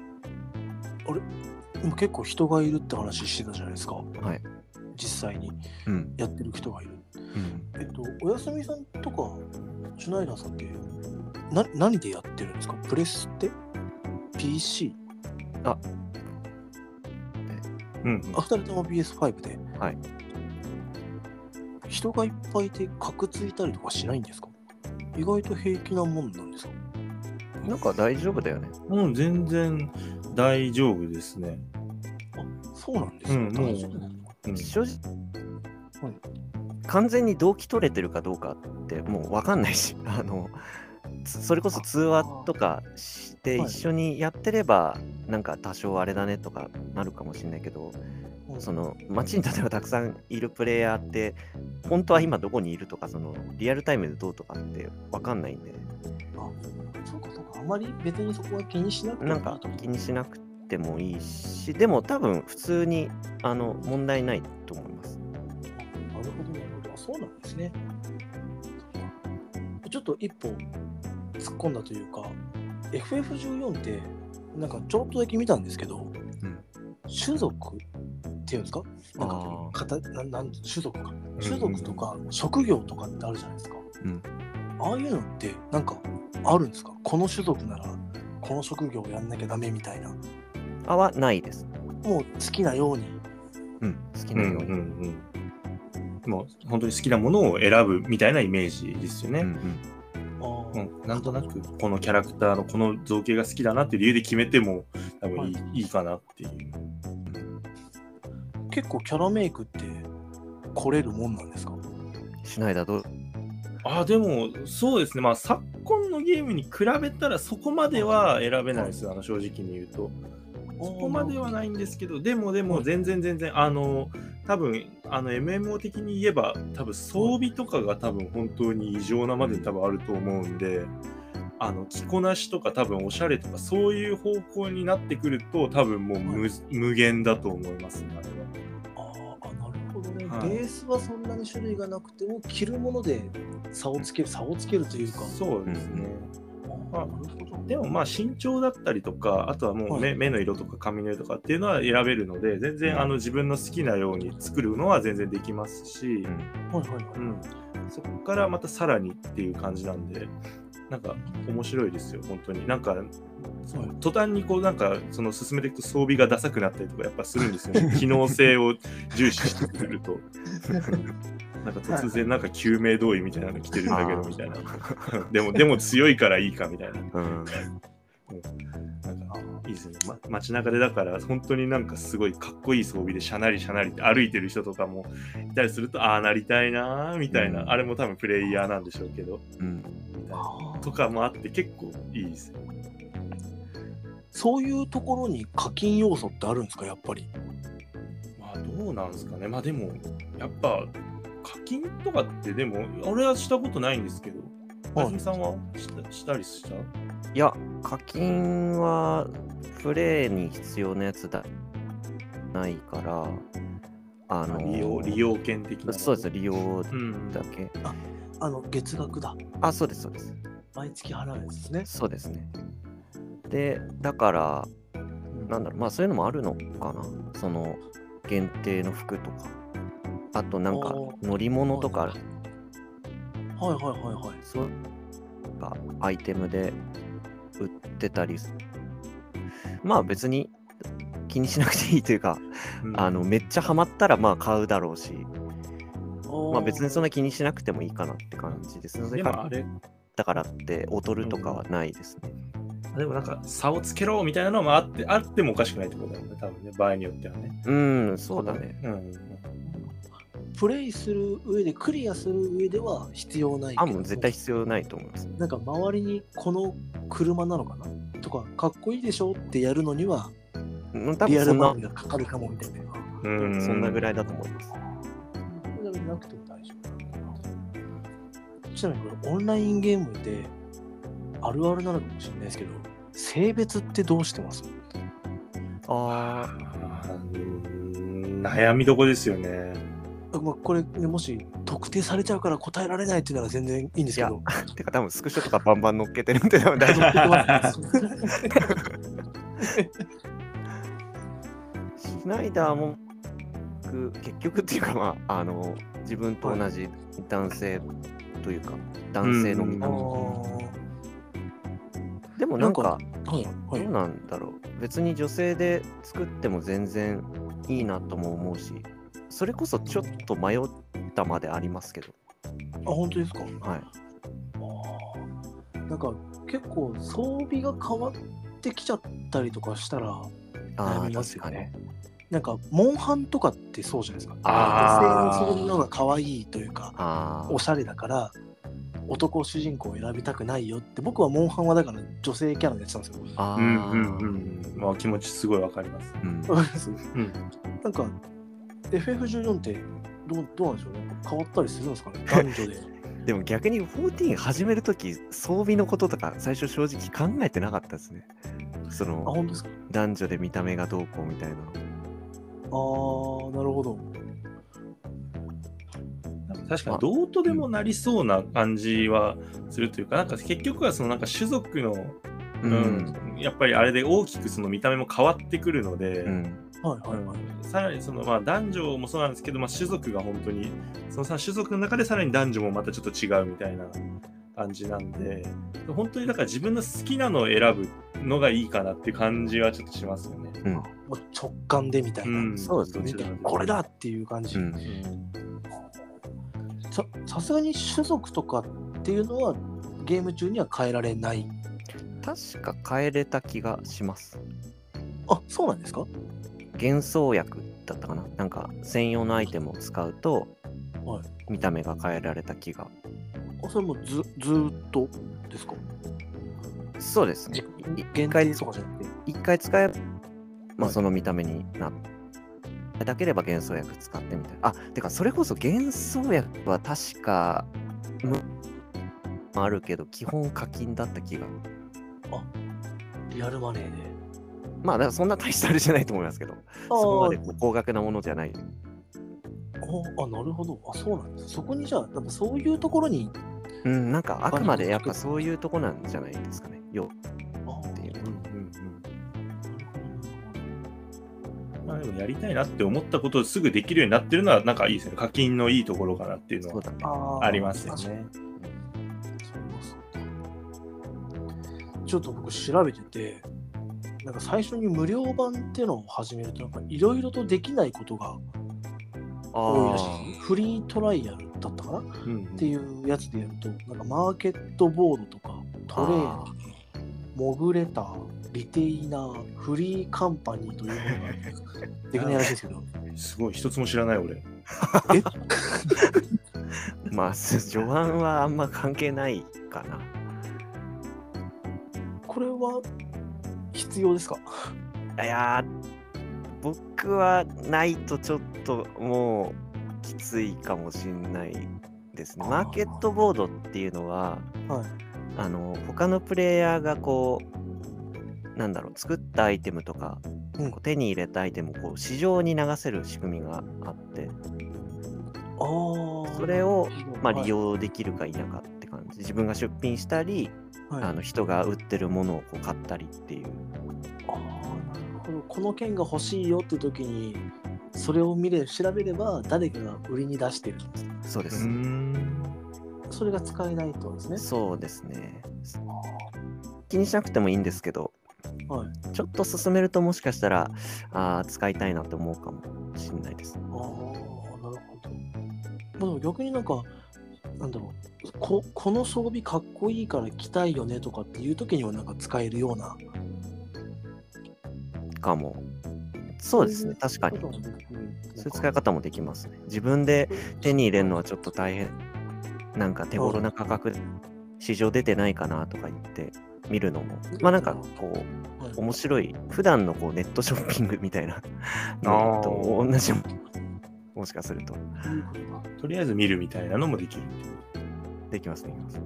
今結構人がいるって話してたじゃないですか。 はい。 実際にうん。 やってる人がいる。 うん、 えっと、おやすみさんとか、シュナイダーさんって、な、何でやってるんですか？プレステ ピーシー？ あ、 うんうんあ、ふたりとも ピーエスファイブ で。 はい。 人がいっぱいいて、カクついたりとかしないんですか？意外と平気なもんなんですか？ なんか大丈夫だよね。 もう全然大丈夫ですね。 あ、そうなんですね。 うん、もう、 大丈夫なんですか？ うん、 正直、 はい完全に同期取れてるかどうかってもう分かんないし、あの、つそれこそ通話とかしてはい一緒にやってれば、なんか多少あれだねとかなるかもしれないけど、 うんその街に例えばたくさんいるプレイヤーって、本当は今どこにいるとか、そのリアルタイムでどうとかって分かんないんで、 あ、そうかそうか。あまり別にそこは気にしなくてもいないんか気にしなくてもいいし、でも多分普通にあの問題ないと思います。 なるほど、なるほど。あ、そうなんですね。ちょっと一歩突っ込んだというか、エフエフじゅうよん ってなんかちょっとだけ見たんですけど、 うん種族っていうんですか？なんかあーかたなんなん種族か。 うん種族とか職業とかってあるじゃないですか。 うんああいうのってなんかあるんですか？この種族ならこの職業をやんなきゃダメみたいな。 あはないです。 もう好きなように。 うん、好きうんうんなように。 うん。もう本当に好きなものを選ぶみたいなイメージですよね。 うんうんあーうん、なんとなくこのキャラクターのこの造形が好きだなっていう理由で決めても多分いい,、 はいい、いかなっていう。 結構キャラメイクって来れるもんなんですか？ シュナイダーどうあでもそうですね、まあ昨今のゲームに比べたらそこまでは選べないですよ、あの正直に言うと。そこまではないんですけど、でもでも全然全然、あの、多分あの エムエムオー 的に言えば、多分装備とかが多分本当に異常なまでに多分あると思うんで、あの着こなしとか多分おしゃれとかそういう方向になってくると、多分もう 無,、無限だと思いますね、あれは。 あーあ、なるほどね。 はいベースはそんなに種類がなくても、着るもので差をつける、差をつけるというか。 そうですね。 あーなるほど。 でもまあ身長だったりとか、あとはもう 目,、 はい目の色とか髪の色とかっていうのは選べるので、全然あの自分の好きなように作るのは全然できますし、 うんはいはいはい。 うん、そこからまたさらにっていう感じなんで、なんか面白いですよ、本当に。なんか、その途端にこうなんかその進めていくと装備がダサくなったりとかやっぱするんですよね。機能性を重視してくると。なんか突然なんか救命胴衣みたいなの着てるんだけどみたいな。でもでも強いからいいかみたいな。 うんなんかいいですね、ま、街中でだから本当になんかすごいかっこいい装備でシャナリシャナリって歩いてる人とかもいたりすると、ああなりたいなーみたいな、 うんあれも多分プレイヤーなんでしょうけど、 うんみたいなあーとかもあって結構いいですよ。 そういうところに課金要素ってあるんですか、やっぱり。 まあどうなんですかね。まあでもやっぱ課金とかってでも俺はしたことないんですけど、あはいずみさんはしたしたりした？ いや、課金はプレイに必要なやつだないから、あの利用利用券的な。 そうです、利用うん。 だけ。 あの、月額だ。 あ、そうです、そうです。 毎月払うやつですね。 そうですね。で、だから、なんだろう、まあそういうのもあるのかな。その限定の服とか、あとなんかおー乗り物とか、 はいはいはいはい。 そういうのがアイテムで売ってたりすまあ別に気にしなくていいというか、 うんあのめっちゃハマったらまあ買うだろうし、 おーまあ別にそんな気にしなくてもいいかなって感じですので、 でもあれだからって劣るとかはないですね。 でもなんか差をつけろみたいなのもあってあってもおかしくないってことだよね、多分ね、場合によってはね。 うん、そうだね。 うん。 プレイする上で、クリアする上では必要ないけど。 あ、もう絶対必要ないと思います。 なんか周りにこの車なのかなとか、かっこいいでしょってやるのには、 うん多リアル分そんなマネがかかるかもみたいな。 うん、 そんなぐらい。 いだと思います。 それだけなくても大丈夫。ちなみにこれオンラインゲームであるあるなのかもしれないですけど、性別ってどうしてます？ あうーん悩みどこですよね。 まあ、これ、ね、もし特定されちゃうから答えられないっていうなら全然いいんですけど。 あ、てか多分スクショとかバンバン載っけてるんで多分大丈夫。シュナイダーも結局っていうか、まあ、あの自分と同じ男性というか、男性の見た目。でもなんか、 はいはい、 どうなんだろう。別に女性で作っても全然いいなとも思うし、それこそちょっと迷ったまでありますけど。 あ、本当ですか。 はい。 あなんか結構装備が変わってきちゃったりとかしたら悩みますよね。なんかモンハンとかってそうじゃないですか。女性の装備の方が可愛いというか、おしゃれだから男主人公を選びたくないよって、僕はモンハンはだから女性キャラでやってたんですよ。 あうんうんうん。まあ気持ちすごいわかります。 わ、うん、かります、うん、なんか エフエフじゅうよん ってどう、どうなんでしょうね。変わったりするんですかね、男女で。 でも逆にじゅうよん始めるとき、装備のこととか最初正直考えてなかったですね。その、 あ、本当ですか？ 男女で見た目がどうこうみたいな。 あー、なるほど。 確かにどうとでもなりそうな感じはするというか、なんか結局はそのなんか種族の、うんうん、やっぱりあれで大きくその見た目も変わってくるので、うんはいはいはい、さらにそのまあ男女もそうなんですけど、まあ、種族が本当にそのさ種族の中でさらに男女もまたちょっと違うみたいな感じなんで、本当にだから自分の好きなのを選ぶのがいいかなっていう感じはちょっとしますよね。 うん、直感でみたいな、うん、そうですね。これだっていう感じ。うん、さ, さすがに種族とかっていうのはゲーム中には変えられない。 確か変えれた気がします。 あ、そうなんですか？ 幻想薬だったかな、なんか専用のアイテムを使うと、はい、見た目が変えられた気が。 あ、それも ず, ずーっとですか？ そうですね。一回とかじゃなくて一回使えば、まあ、その見た目になって、だければ幻想薬使ってみたいな。あ、てかそれこそ幻想薬は確かあるけど基本課金だった気が。 あ、リアルマネーで。 まあだからそんな大したあれじゃないと思いますけど、そこまで高額なものじゃない。 ああ、なるほど。あ、そうなんです。そこにじゃあ、なんかそういうところに。 うん、なんかあくまでやっぱそういうとこなんじゃないですかね。よっていう。うんうんうん。まあでもやりたいなって思ったことをすぐできるようになってるのはなんかいいですね。課金のいいところかなっていうのはありますよね。 ちょっと僕調べてて、なんか最初に無料版っていうのを始めるとなんかいろいろとできないことが多いらしい。フリートライアルだったかな、うんうん、っていうやつでやると、なんかマーケットボードとかトレーニング、モグレター、リテイナー、フリーカンパニーというものができないらしいですけど。 すごい、一つも知らない俺。 えまあ序盤はあんま関係ないかな。 これは必要ですか？ いや僕はないとちょっともうきついかもしれないですね。マーケットボードっていうのは、はい、あの他のプレイヤーがこうなんだろう作ったアイテムとか、うん、こう手に入れたアイテムをこう市場に流せる仕組みがあって、あそれを、まあ、利用できるか否かって感じ。自分が出品したり、はい、あの人が売ってるものをこう買ったりっていう。 ああ、なるほど。この剣が欲しいよって時にそれを見れ調べれば誰かが売りに出してるんです。 そうです。うーんそれが使えないとですね。 そうですね。気にしなくてもいいんですけど、はい、ちょっと進めるともしかしたらあ使いたいなって思うかもしれないです。ああ、なるほど。まあ、逆になんかなんだろう こ, この装備かっこいいから着たいよねとかっていう時にはなんか使えるようなかも。そうですね、確かに。そういう使い方もできますね。自分で手に入れるのはちょっと大変。なんか手頃な価格で市場出てないかなとか言って見るのも、まあなんかこう、面白い、普段のこうネットショッピングみたいなのと同じも、もしかすると。 とりあえず見るみたいなのもできる。 できます、できます。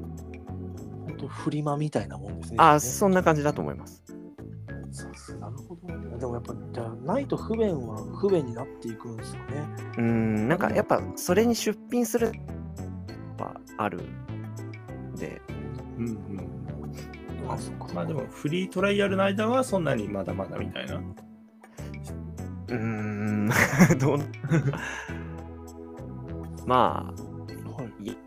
本当フリマみたいなもんですね。 ああ、そんな感じだと思います。 なるほど。 でもやっぱじゃあないと不便は不便になっていくんですよね。 うーん、なんかやっぱそれに出品するはあるんで、 うんうん。 あ、そっか。 まあでもフリートライアルの間はそんなにまだまだみたいな。 うーん、どうまあ、 はいい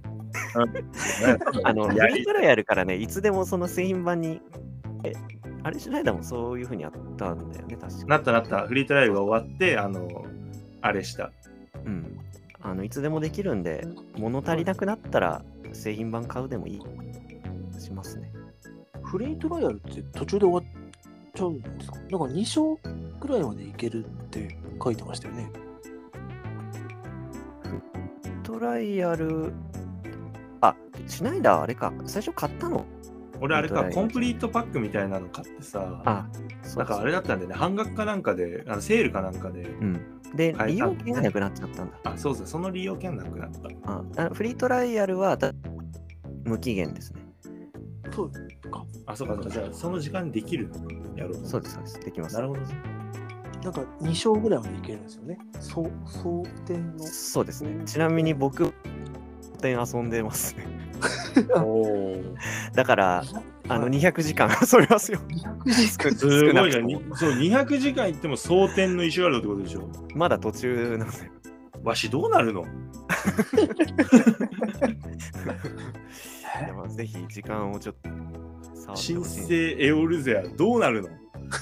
あの、フリートライアルからね、いつでもその製品版に、え、あれしないだもん、そういうふうにやったんだよね、確か。 なったなった。フリートライアルが終わって、あの、あれした。 うん。あの、いつでもできるんで、物足りなくなったら製品版買うでもいい。しますね。 フリートライアルって途中で終わっちゃうんですか？なんかに章くらいまでいけるって書いてましたよね。 トライアル、あ、シュナイダーあれか、最初買ったの？ 俺あれか、 フリートライアルコンプリートパックみたいなの買ってさ、 あ、そうなんかあれだったんだよね、半額かなんかで、あのセールかなんかで、 うん。で、 買えた利用券がなくなっちゃったんだ。 あ、そうそう、その利用券なくなった。 ああフリートライアルはだ無期限ですね。 そうか。 あ、そうか、そうか、じゃあその時間にできるやろう。 そうです、そうです。できます。 なるほどね。 なんかに章ぐらいまでいけるんですよね。そう、争点の。 そうですね。ちなみに僕、点遊んでますね。 おだから、あのはいにひゃくじかん遊びますよ。 にひゃくですか？ すごいじゃん。 少なにくとそう、にひゃくじかんいっても蒼天の石があるってことでしょ。 まだ途中なので。 わしどうなるの？ いやまあぜひ時間をちょっと触って新ほしいんで生エオルゼアどうなるの？ ね。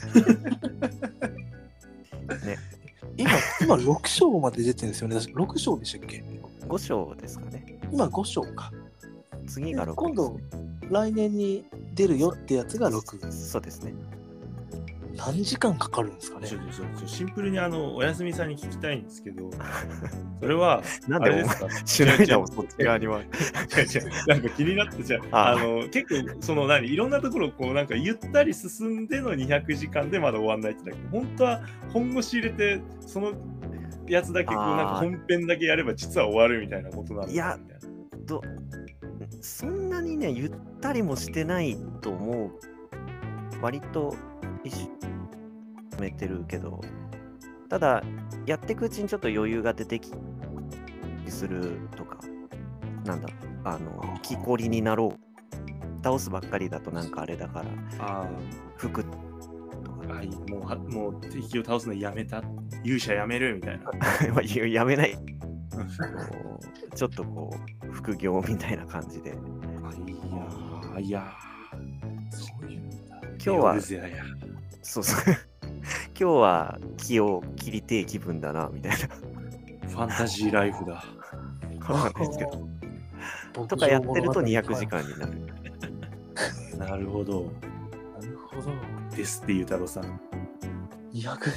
今、今ろく章まで出てるんですよね。ろく章でしたっけ？ ご章ですかね。 今ご章か。 次がろく今度、来年に出るよってやつがろく。 そうですね。 何時間かかるんですかねちょ。ちょちょちょシンプルにあのおやすみさんに聞きたいんですけど、それはなんであれですか？ シュナイダーをそっち側には。 違う違う、なんか気になってじゃあ、 ああの結構その何いろんなところをこうなんかゆったり進んでのにひゃくじかんでまだ終わんないってだけど、本当は本腰入れてそのやつだけこうあーなんか本編だけやれば実は終わるみたいなことなのかないやみたいな。 どそんなにね、ゆったりもしてないと思う。割と一緒にめてるけど、ただ、やっていくうちにちょっと余裕が出てきするとか、なんだろう、あの、木こりになろう。倒すばっかりだとなんかあれだから、 あ服ーあいい、もうはもう敵を倒すのやめた、勇者やめるみたいな。 まあややめない。こうちょっとこう、副業みたいな感じで。 あいやーいやそういうんだ。 今日はエオル、ゼアやそうそう。今日は木を切りてえ気分だな、みたいな。 ファンタジーライフだ。 わかんないですけど。とかやってるとにひゃくじかんになる。 なるほど。 なるほど。 ですってゆうたろうさん。 にひゃく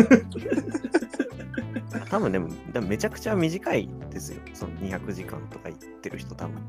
多分でも、でもめちゃくちゃ短いですよ。そのにひゃくじかんとか言ってる人多分。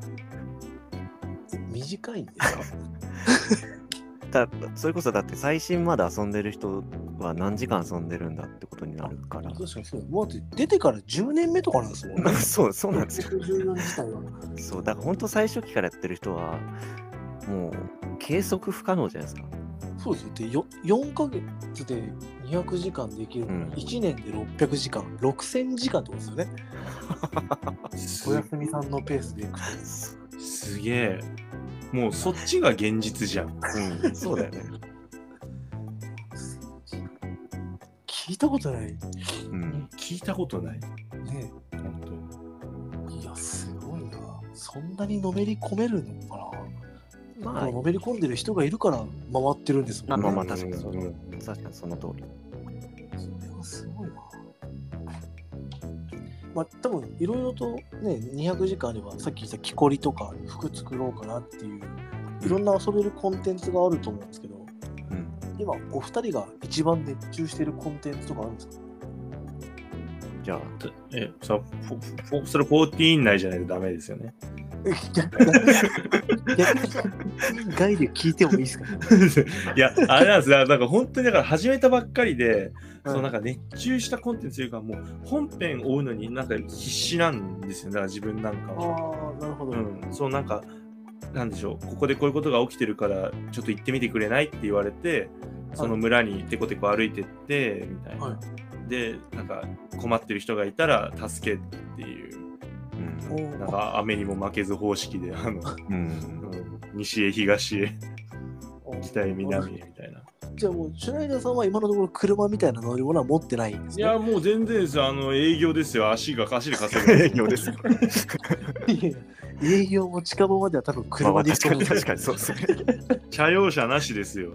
短いんですか？ だそれこそだって最新まで遊んでる人は何時間遊んでるんだってことになるから。 確かにそう。もうだって出てからじゅうねんめとかなんですもんね。 そう、そうなんですよ。 じゅうよん自体は。 そう、だから本当最初期からやってる人は、もう計測不可能じゃないですか。 そうですよ。でよよんかげつでにひゃくじかんできるのうんがいちねんでろっぴゃくじかん、ろくせんじかんってことですよね。 すおやすみさんのペースでいくと。 すげえ。もうそっちが現実じゃん。 うん、そうだよね。 聞いたことない。ねうん。 聞いたことない。本当に。 いや、すごいな。そんなにのめり込めるのかな。 まあ、 のめり込んでる人がいるから回ってるんですもんね。 あまあまあ確かにそううんうん確かにその通り。 それはすごいな。まあ多分いろいろとね、にひゃくじかんあればさっき言った木こりとか服作ろうかなっていういろんな遊べるコンテンツがあると思うんですけど、 うん。 今お二人が一番熱中してるコンテンツとかあるんですか？ じゃあ、 え、さ、フォフォそれじゅうよん内じゃないとダメですよね。 逆に外で聞いてもいいですか？ いや、あれなんですよ。なんか本当にだから始めたばっかりで、 うんそうなんか熱中したコンテンツというか、もう本編追うのになんか必死なんですよ。だから自分なんかあは。 あ、なるほど。 うん、そうなんか、なんでしょう、ここでこういうことが起きてるから、ちょっと行ってみてくれないって言われて、 その村にテコテコ歩いてってみたいな、 はい、 でなんか困ってる人がいたら助けっていう、うん、なんか雨にも負けず方式であの、うん、西へ東へ北へ南へみたいな。 じゃあもうシュナイダーさんは今のところ車みたいな乗り物は持ってないんですね。 いやもう全然ですよ。あの営業ですよ。足が足で稼ぐ営業ですよ営業も近場までは多分車で行くと思うんですよ。 確かにそうですね。 車用車なしですよ。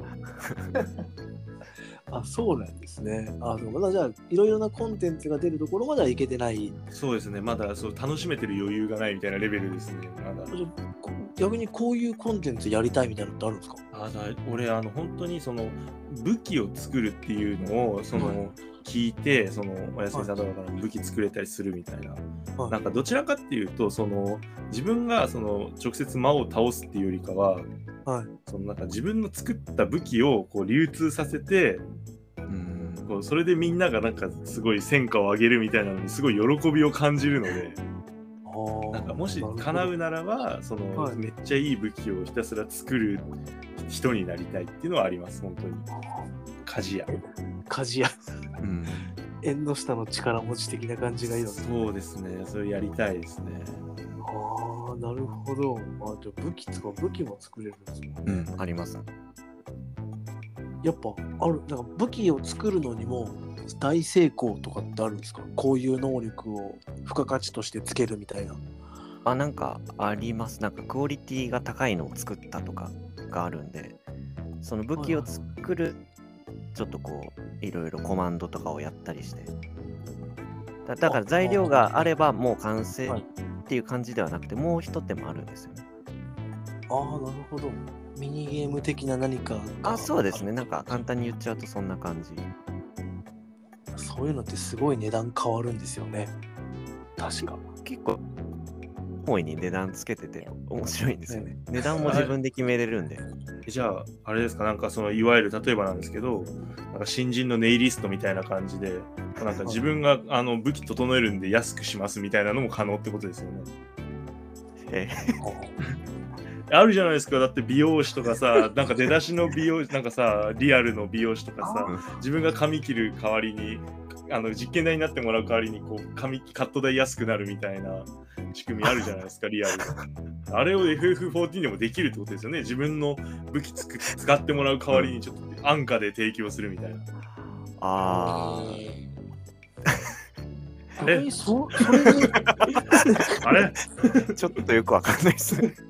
あ、そうなんですね。あ、でもまだじゃあいろいろなコンテンツが出るところまではいけてない。 そうですね。まだそう楽しめてる余裕がないみたいなレベルですね。まだ。 逆にこういうコンテンツやりたいみたいなのってあるんですか？ あだ俺あの本当にその武器を作るっていうのをその、はい、聞いてそのおやすみさんとかから武器作れたりするみたいな、はい、なんかどちらかっていうとその自分がその直接魔を倒すっていうよりかは、はい、そのなんか自分の作った武器をこう流通させて、うんこうそれでみんながなんかすごい戦果を上げるみたいなのにすごい喜びを感じるので。なんかもし叶うならばその、はい、めっちゃいい武器をひたすら作る人になりたいっていうのはあります本当に。鍛冶屋鍛冶屋、うん、縁の下の力持ち的な感じがいいの。 そうですね、それやりたいですね。 ああ、なるほど。あ、じゃあ武器とか武器も作れるんですね。 うん、あります。 やっぱある、なんか武器を作るのにも大成功とかってあるんですか？こういう能力を付加価値としてつけるみたいな。 あ、なんかあります。なんかクオリティが高いのを作ったとかがあるんで、その武器を作る、はいはい、ちょっとこういろいろコマンドとかをやったりして、だ, だから材料があればもう完成っていう感じではなくて、もう一手間あるんですよね。 ああ、なるほど。ミニゲーム的な何かが。 あ、そうですね。なんか簡単に言っちゃうとそんな感じ。 そういうのってすごい値段変わるんですよね。確か。 結構大いに値段つけてて面白いんですよね。ね、値段も自分で決めれるんで。 じゃああれですか、なんかそのいわゆる例えばなんですけど、なんか新人のネイリストみたいな感じで、なんか自分があの武器整えるんで安くしますみたいなのも可能ってことですよね。えあるじゃないですか。だって美容師とかさ、なんか出だしの美容師なんかさ、リアルの美容師とかさ、自分が髪切る代わりにあの実験台になってもらう代わりにこう髪カット代安くなるみたいな仕組みあるじゃないですか、リアル。あれを エフエフフォーティーン でもできるってことですよね。自分の武器つく使ってもらう代わりにちょっと安価で提供するみたいな。 ああ。え、そ, それであれちょっとよくわかんないですね。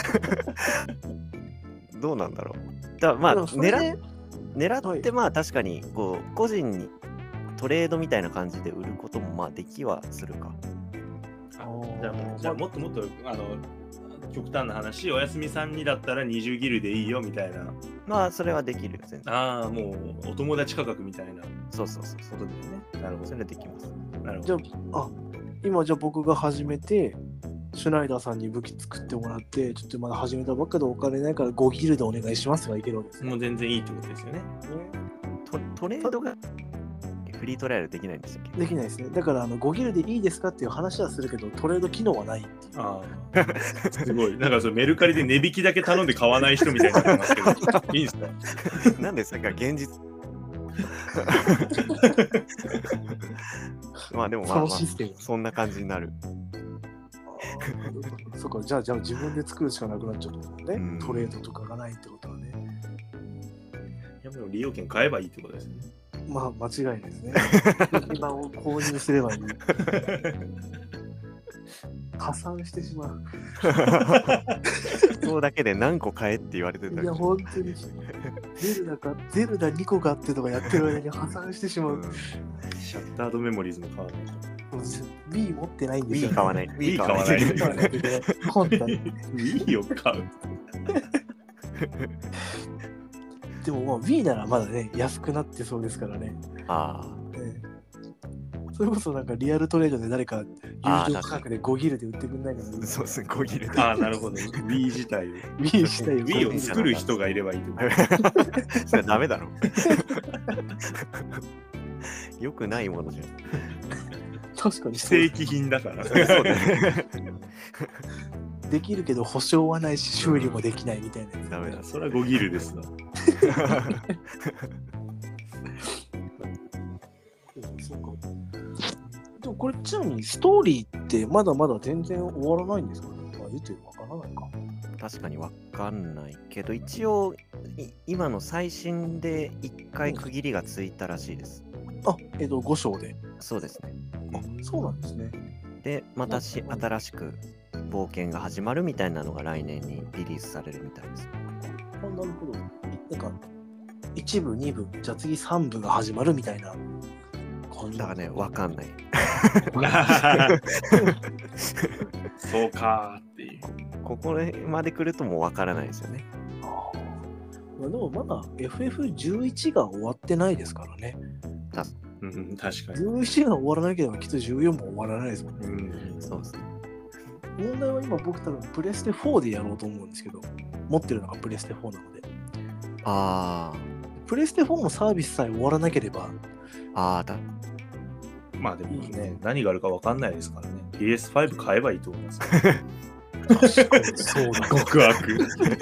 どうなんだろう。だまあ狙, 狙ってまあ確かにこう個人にトレードみたいな感じで売ることもまあできはするか。 じゃあ、じゃあもっともっとあの極端な話、おやすみさんにだったらにじゅうギルでいいよみたいな。 まあそれはできるよ全然。 ああ、もうお友達価格みたいな。 そうそうそうそう。 ことですね。なるほど。 それできます。 なるほど。じゃあ、あ、今じゃあ僕が始めてシュナイダーさんに武器作ってもらって、ちょっとまだ始めたばっかでお金ないからごギルでお願いしますがいけるわけですね。 もう全然いいってことですよね。 ト, トレードがフリートライアルできないんですよ。 できないですね。だからあのごギルでいいですかっていう話はするけど、トレード機能はないっていう。 ああ、すごい。だからそれメルカリで値引きだけ頼んで買わない人みたいになってますけど、いいんですか？ なんですか現実。まあでもまあ、まあ、そんな感じになる。 そっか、じゃあじゃあ自分で作るしかなくなっちゃうとね、うん、トレードとかがないってことはね。 いやでも利用券買えばいいってことですね。 まあ間違いですね。今を購入すればいい。破産してしまう。 そうだけで何個買えって言われてた。 いや本当にゼルダかゼルダにこ買ってとかやってる間に破産してしまう。うん、 シャッタードメモリーズも買わない。 B 持ってないんですよ、ね。 B 買わない。 B 買わない。 B 買わない。本当に。 B を買う。 でもまあ B ならまだね安くなってそうですからね。 ああ、 ね。それこそなんかリアルトレードで誰か有料価格でごギルで売ってくんないかな。 そうですね、ごギルで。 ああ、なるほど。B 自体を。 B 自体を。 B を作る人がいればいいと思う。 それダメだろ。よくないものじゃん。 確かに正規品だから。 そうだね。 できるけど保証はないし修理もできないみたいな。 ダメだ。それはごギルですわ。 そうか。でもこれちなみにストーリーってまだまだ全然終わらないんですかね。まあ、言うとわからないか。 確かにわかんないけど、一応い今の最新でいっかい区切りがついたらしいです。 あ、えっと、ご章で。 そうですね。 あ、そうなんですね。 で、またし新しく冒険が始まるみたいなのが来年にリリースされるみたいです。 あ、なるほど。なんか、一部、二部、じゃあ次三部が始まるみたいな感じ。 だからね、わかんない。 そうかーっていう。 ここまで来るともうわからないですよね。 あまあ、でもまだ エフエフじゅういち が終わってないですからね。 うん、確かに。 じゅういちが終わらなければきっとじゅうよんも終わらないですもんね。 うん、 そうですね。 問題は今僕多分プレステフォーでやろうと思うんですけど、持ってるのがプレステフォーなので。 あプレステフォーのサービスさえ終わらなければ、 あ、ああ、だ。 まあでもね、何があるか分かんないですからね。ピーエスファイブ 買えばいいと思います。 確かにそうだ。 極悪。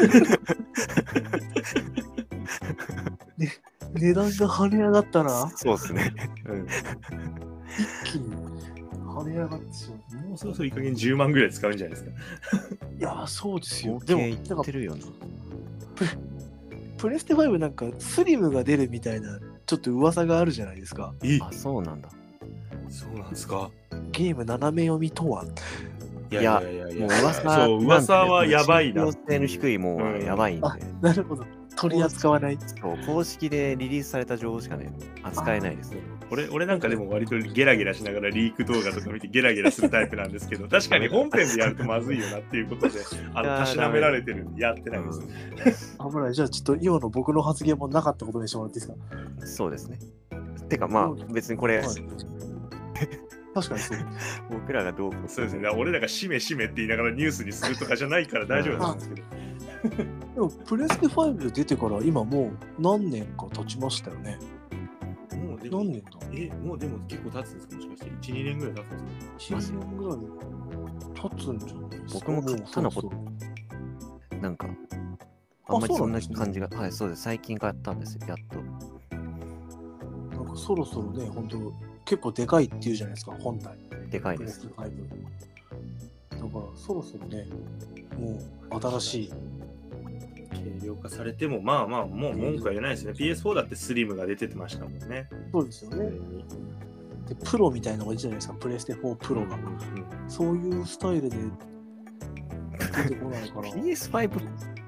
ね、値段が跳ね上がったら、 そうですね。 うん、 一気に跳ね上がってしまう。 もうそろそろいい加減じゅうまんぐらい使うんじゃないですか。 いやー、そうですよ。 合でも、 計いなんかってるよな。 プレ、プレステファイブなんかスリムが出るみたいな、ちょっと噂があるじゃないですか。 いい。 あ、そうなんだ。 そうなんですか。 ゲーム斜め読みとは。 いやいやいやいや、 もう噂そう、噂はやばいな。 信憑性の低いもんはやばいんで。 あ、なるほど。取り扱わない。 そう公式でリリースされた情報しかね、扱えないです。 俺俺なんかでも割とゲラゲラしながらリーク動画とか見てゲラゲラするタイプなんですけど、確かに本編でやるとまずいよなっていうことで、あのたしなめられてるんでやってないです。 危ない。じゃあちょっと今の僕の発言もなかったことにしてもらっていいですか。 そうですね。てかまあ別にこれ、 はい、確かにそう。 僕らがどうこうそうですね。俺らがしめしめって言いながらニュースにするとかじゃないから大丈夫なんですけど。 でもプレステファイブ出てから今もう何年か経ちましたよね。 もうでも何年だえ、もうでも結構経つんですか、もしかして。いち、にねんぐらい経つんですか。 いちねんぐらい経つんじゃないですか。 僕も買ったのこなんか、あんまりそんな感じが、はい、そうです。最近買ったんですよ、やっと。なんかそろそろね、本当結構でかいっていうじゃないですか、本体。 でかいです。 プレステファイブ。だからそろそろね、もう新しい。 軽量化されても、まあまあ、もう文句は言えないですね。ピーエスフォー だってスリムが出てましたもんね。 そうですよね。で、プロみたいなのがいいじゃないですか、プレステフォープロが。うん、そういうスタイルで出てこないから。 ピーエスファイブ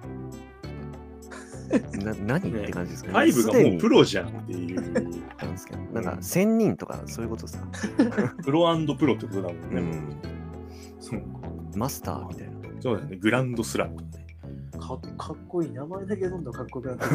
な何って感じですかね。ファイブがもうプロじゃんっていう。 なんですけど、なんかせんにんとかそういうことですか。 プロ&プロってことだもんね。うん、 そうマスターみたいな。 そうだね、グランドスラムとかね。 か, かっこいい名前だけどんどんかっこよくなって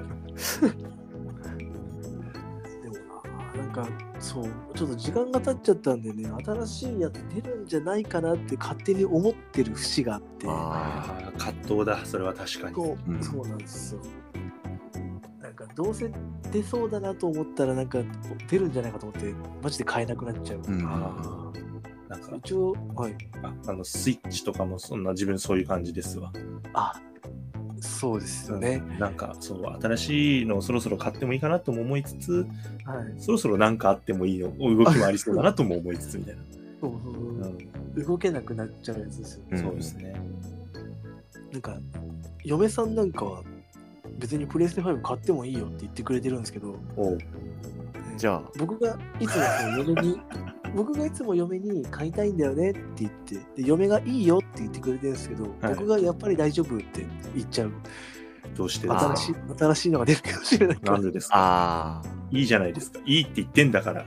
でもな、なんかそうちょっと時間が経っちゃったんでね、新しいやつ出るんじゃないかなって勝手に思ってる節があって、 ああ葛藤だ、それは確かに。 そう、うん、そうなんですよ。なんかどうせ出そうだなと思ったらなんか出るんじゃないかと思ってマジで買えなくなっちゃう。うん、あなんか一応、はい、 ああのスイッチとかもそんな自分そういう感じですわ。 あ、そうですよね。 なんかそう新しいのをそろそろ買ってもいいかなとも思いつつ、 はい、 そろそろなんかあってもいいの動きもありそうだなとも思いつつみたいな。 そうそうそう、うん、動けなくなっちゃうやつですよね。 そうですね。 なんか嫁さんなんかは別にプレイステファイブ買ってもいいよって言ってくれてるんですけど、 おじゃあ僕がいつも嫁に僕がいつも嫁に買いたいんだよねって言ってで嫁がいいよって言ってくれてるんですけど、はい、僕がやっぱり大丈夫って言っちゃう。 どうしてですか？ 新しい新しいのが出るかもしれない。 なんでですか？ あいいじゃないですか。いいって言ってんだから。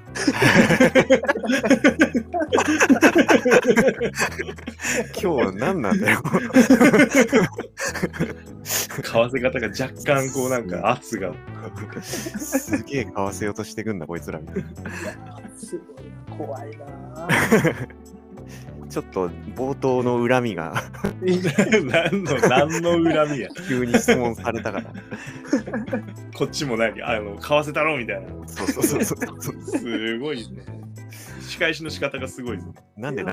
今日何なんだよ。 買わせ方が若干こうなんか圧がすげえ買わせようとしてくんだこいつらみたいな。 すごい怖いな。 ちょっと冒頭の恨みが何の何の恨みや。 急に質問されたから。 こっちも何あの買わせたろみたいな。 そうそうそうそう。 すごいですね。仕返しの仕方がすごいですね。 なんでな。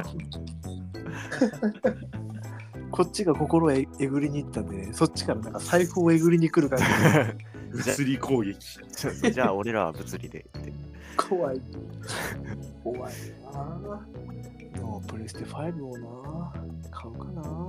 こっちが心をえぐりに行ったんで、ね、そっちからなんか財布をえぐりに来る感じ。 物理攻撃。 そうそうじゃあ俺らは物理でって。 怖い。怖いな。でもプレステファイブをな、買うかな。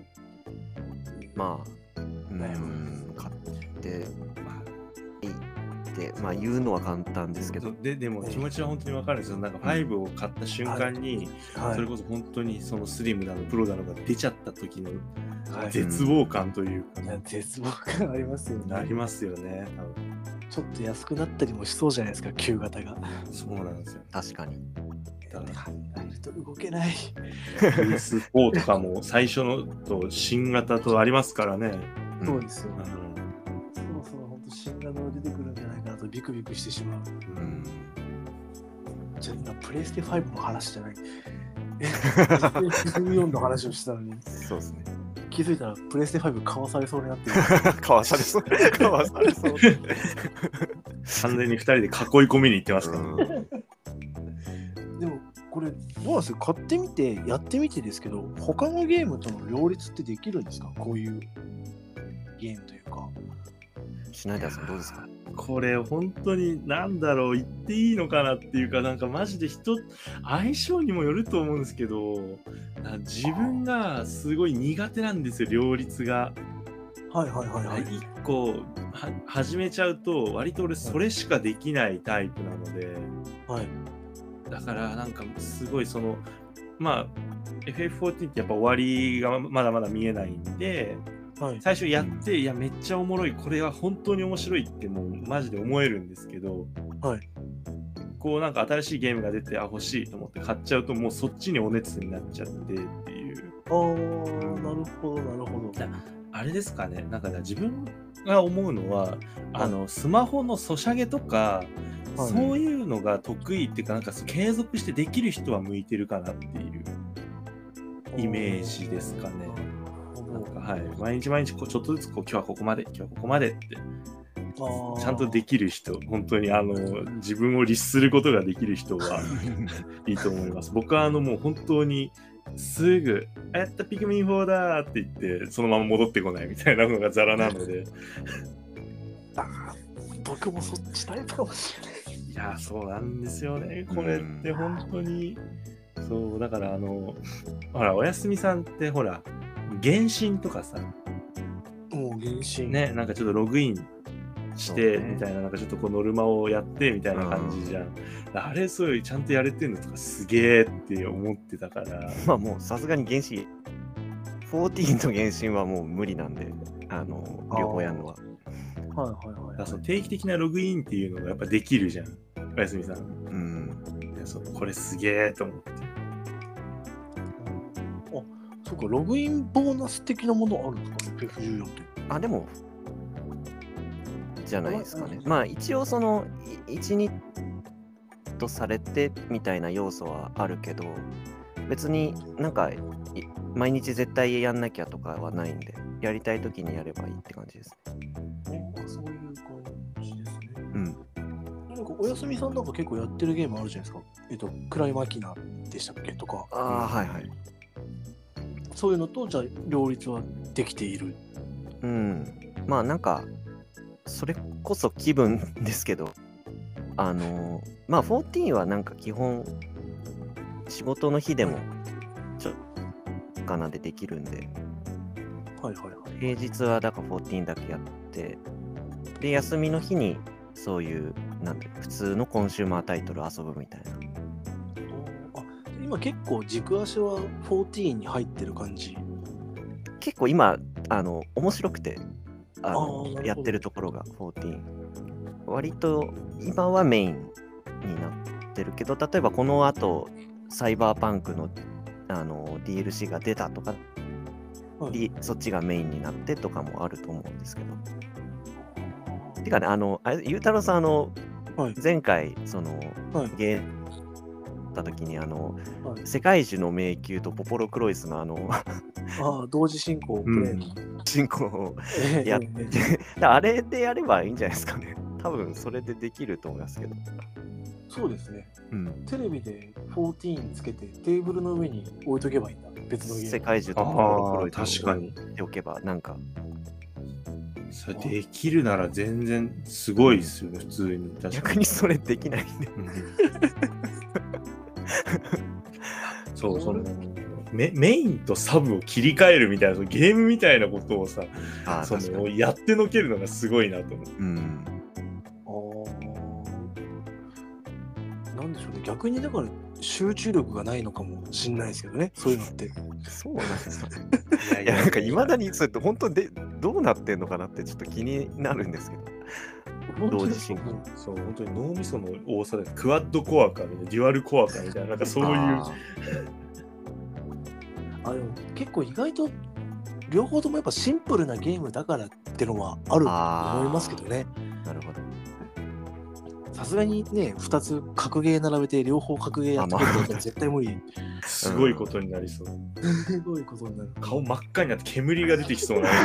まあ、うーん、買っていいって、まあ言うのは簡単ですけど。 ででも気持ちは本当に分かるんですよ。なんかファイブを買った瞬間に、 はい、 それこそ本当にそのスリムだのプロだのが出ちゃった時のはい、 絶望感というか、 いや絶望感ありますよね。 ありますよね。多分ちょっと安くなったりもしそうじゃないですか、旧型が。 そうなんですよ。 確かに。 だから考えると動けない。 ピーエスフォー とかも最初のと新型とありますからね。 そうですよ。 うんそろそろ本当新型が出てくるんじゃないかなとビクビクしてしまう。 うん。 じゃあ今プレイステファイブの話じゃない。え、プレステよんの話をしてたのに、 そうですね。 気づいたらプレイステファイブ買わされそうになってる。 かわされそう。かわされそう。 完全にふたりで囲い込みに行ってますから、ね。 でもこれどうなんですか、買ってみてやってみてですけど、他のゲームとの両立ってできるんですか、こういうゲームというか。 シュナイダーさんどうですか？ これ本当に何だろう言っていいのかなっていうか、なんかマジで人相性にもよると思うんですけど、自分がすごい苦手なんですよ、両立が。 はいはいはいはい。 一個は始めちゃうと割と俺それしかできないタイプなので、 はい、 だからなんかすごいそのまあ エフエフフォーティーン ってやっぱ終わりがまだまだ見えないんで、 はい、 最初やって、いやめっちゃおもろい、これは本当に面白いってもうマジで思えるんですけど、 はい、 こうなんか新しいゲームが出てあ欲しいと思って買っちゃうともうそっちにお熱になっちゃってっていう。 あー、なるほどなるほど。 あれですかね、なんか自分が思うのは、はい、あのスマホのソシャゲとか、はい、そういうのが得意っていうか、なんか継続してできる人は向いてるかなっていうイメージですかね。なんかはい、毎日毎日こうちょっとずつこう今日はここまで今日はここまでってちゃんとできる人、本当にあの自分を律することができる人はいいと思います。僕はあのもう本当にすぐやったピクミンフォーだって言ってそのまま戻ってこないみたいなのがザラなのであ僕もそっちタイプかもしれない。 いやそうなんですよね、これって本当に。そうだからあのほらおやすみさんってほら原神とかさ、 もう原神ね、なんかちょっとログインしてみたいな、なんかちょっとこうノルマをやってみたいな感じじゃん。あれそういうちゃんとやれてんのとかすげえって思ってたから。 まあもうさすがに原神じゅうよんと原神はもう無理なんで、あの両方やるのは。 はいはいはい、はい、 その定期的なログインっていうのがやっぱできるじゃん、おやすみさん。 うん。 いやそうこれすげえと思って。 あ、そうか、ログインボーナス的なものあるんですかね、エフじゅうよん って。 あ、でも、じゃないですかね。まあ一応その、いちにちとされてみたいな要素はあるけど、別になんか、毎日絶対やんなきゃとかはないんで、やりたいときにやればいいって感じですね。 そういう感じですね。 うん。 なんかおやすみさんなんか結構やってるゲームあるじゃないですか。えっと、クライマキナでしたっけとか。 ああ、はいはい。 そういうのと、じゃあ両立はできている。 うん。まあなんか、それこそ気分ですけど、あのー、まあじゅうよんはなんか基本、仕事の日でも、ちょっとかなでできるんで、 はいはいはい。 平日はだからじゅうよんだけやって、で、休みの日にそういう、なんて、普通のコンシューマータイトル遊ぶみたいな。 あ、今結構軸足はじゅうよんに入ってる感じ。 結構今、あの、面白くて、あのあやってるところがじゅうよん。割と今はメインになってるけど、例えばこの後、サイバーパンクの、あの ディーエルシー が出たとか、はい、そっちがメインになってとかもあると思うんですけど。てかね、あの、あれ、ゆうたろうさん、あの、はい、前回、その、はい、ゲームった時に、あの、はい、世界樹の迷宮とポポロクロイスのあの、 ああ、同時進行プレイ、うん、 進行をやって、えー、あれでやればいいんじゃないですかね。多分、それでできると思いますけど。 そうですね。 うん、 テレビでじゅうよんつけてテーブルの上に置いとけばいいんだ。別のゲーム。 世界樹とポポロクロイスを置いておけば、なんか、 それできるなら全然すごいですよね、普通に。確かに逆にそれできないね。 そう、そのメメインとサブを切り替えるみたいな、そのゲームみたいなことをさ、 あそ確かに。 のやってのけるのがすごいなと思う。 うん。 あーなんでしょうね。逆にだから集中力がないのかもしれないですけどね。そういうのって。 そうなんですか。 いやいや、なんかいまだにそれって本当でどうなってんのかなってちょっと気になるんですけど。同時進行。 そう、本当に脳みその多さで、クワッドコアかみたいな、デュアルコアかみたいな、なんかそういう。 ああでも結構意外と両方ともやっぱシンプルなゲームだからってのはあると思いますけどね。 ーなるほど。 さすがにね、ふたつ格ゲー並べて両方格ゲーやってくると絶対無理。 すごいことになりそう。 すごいことになる。 顔真っ赤になって煙が出てきそうな。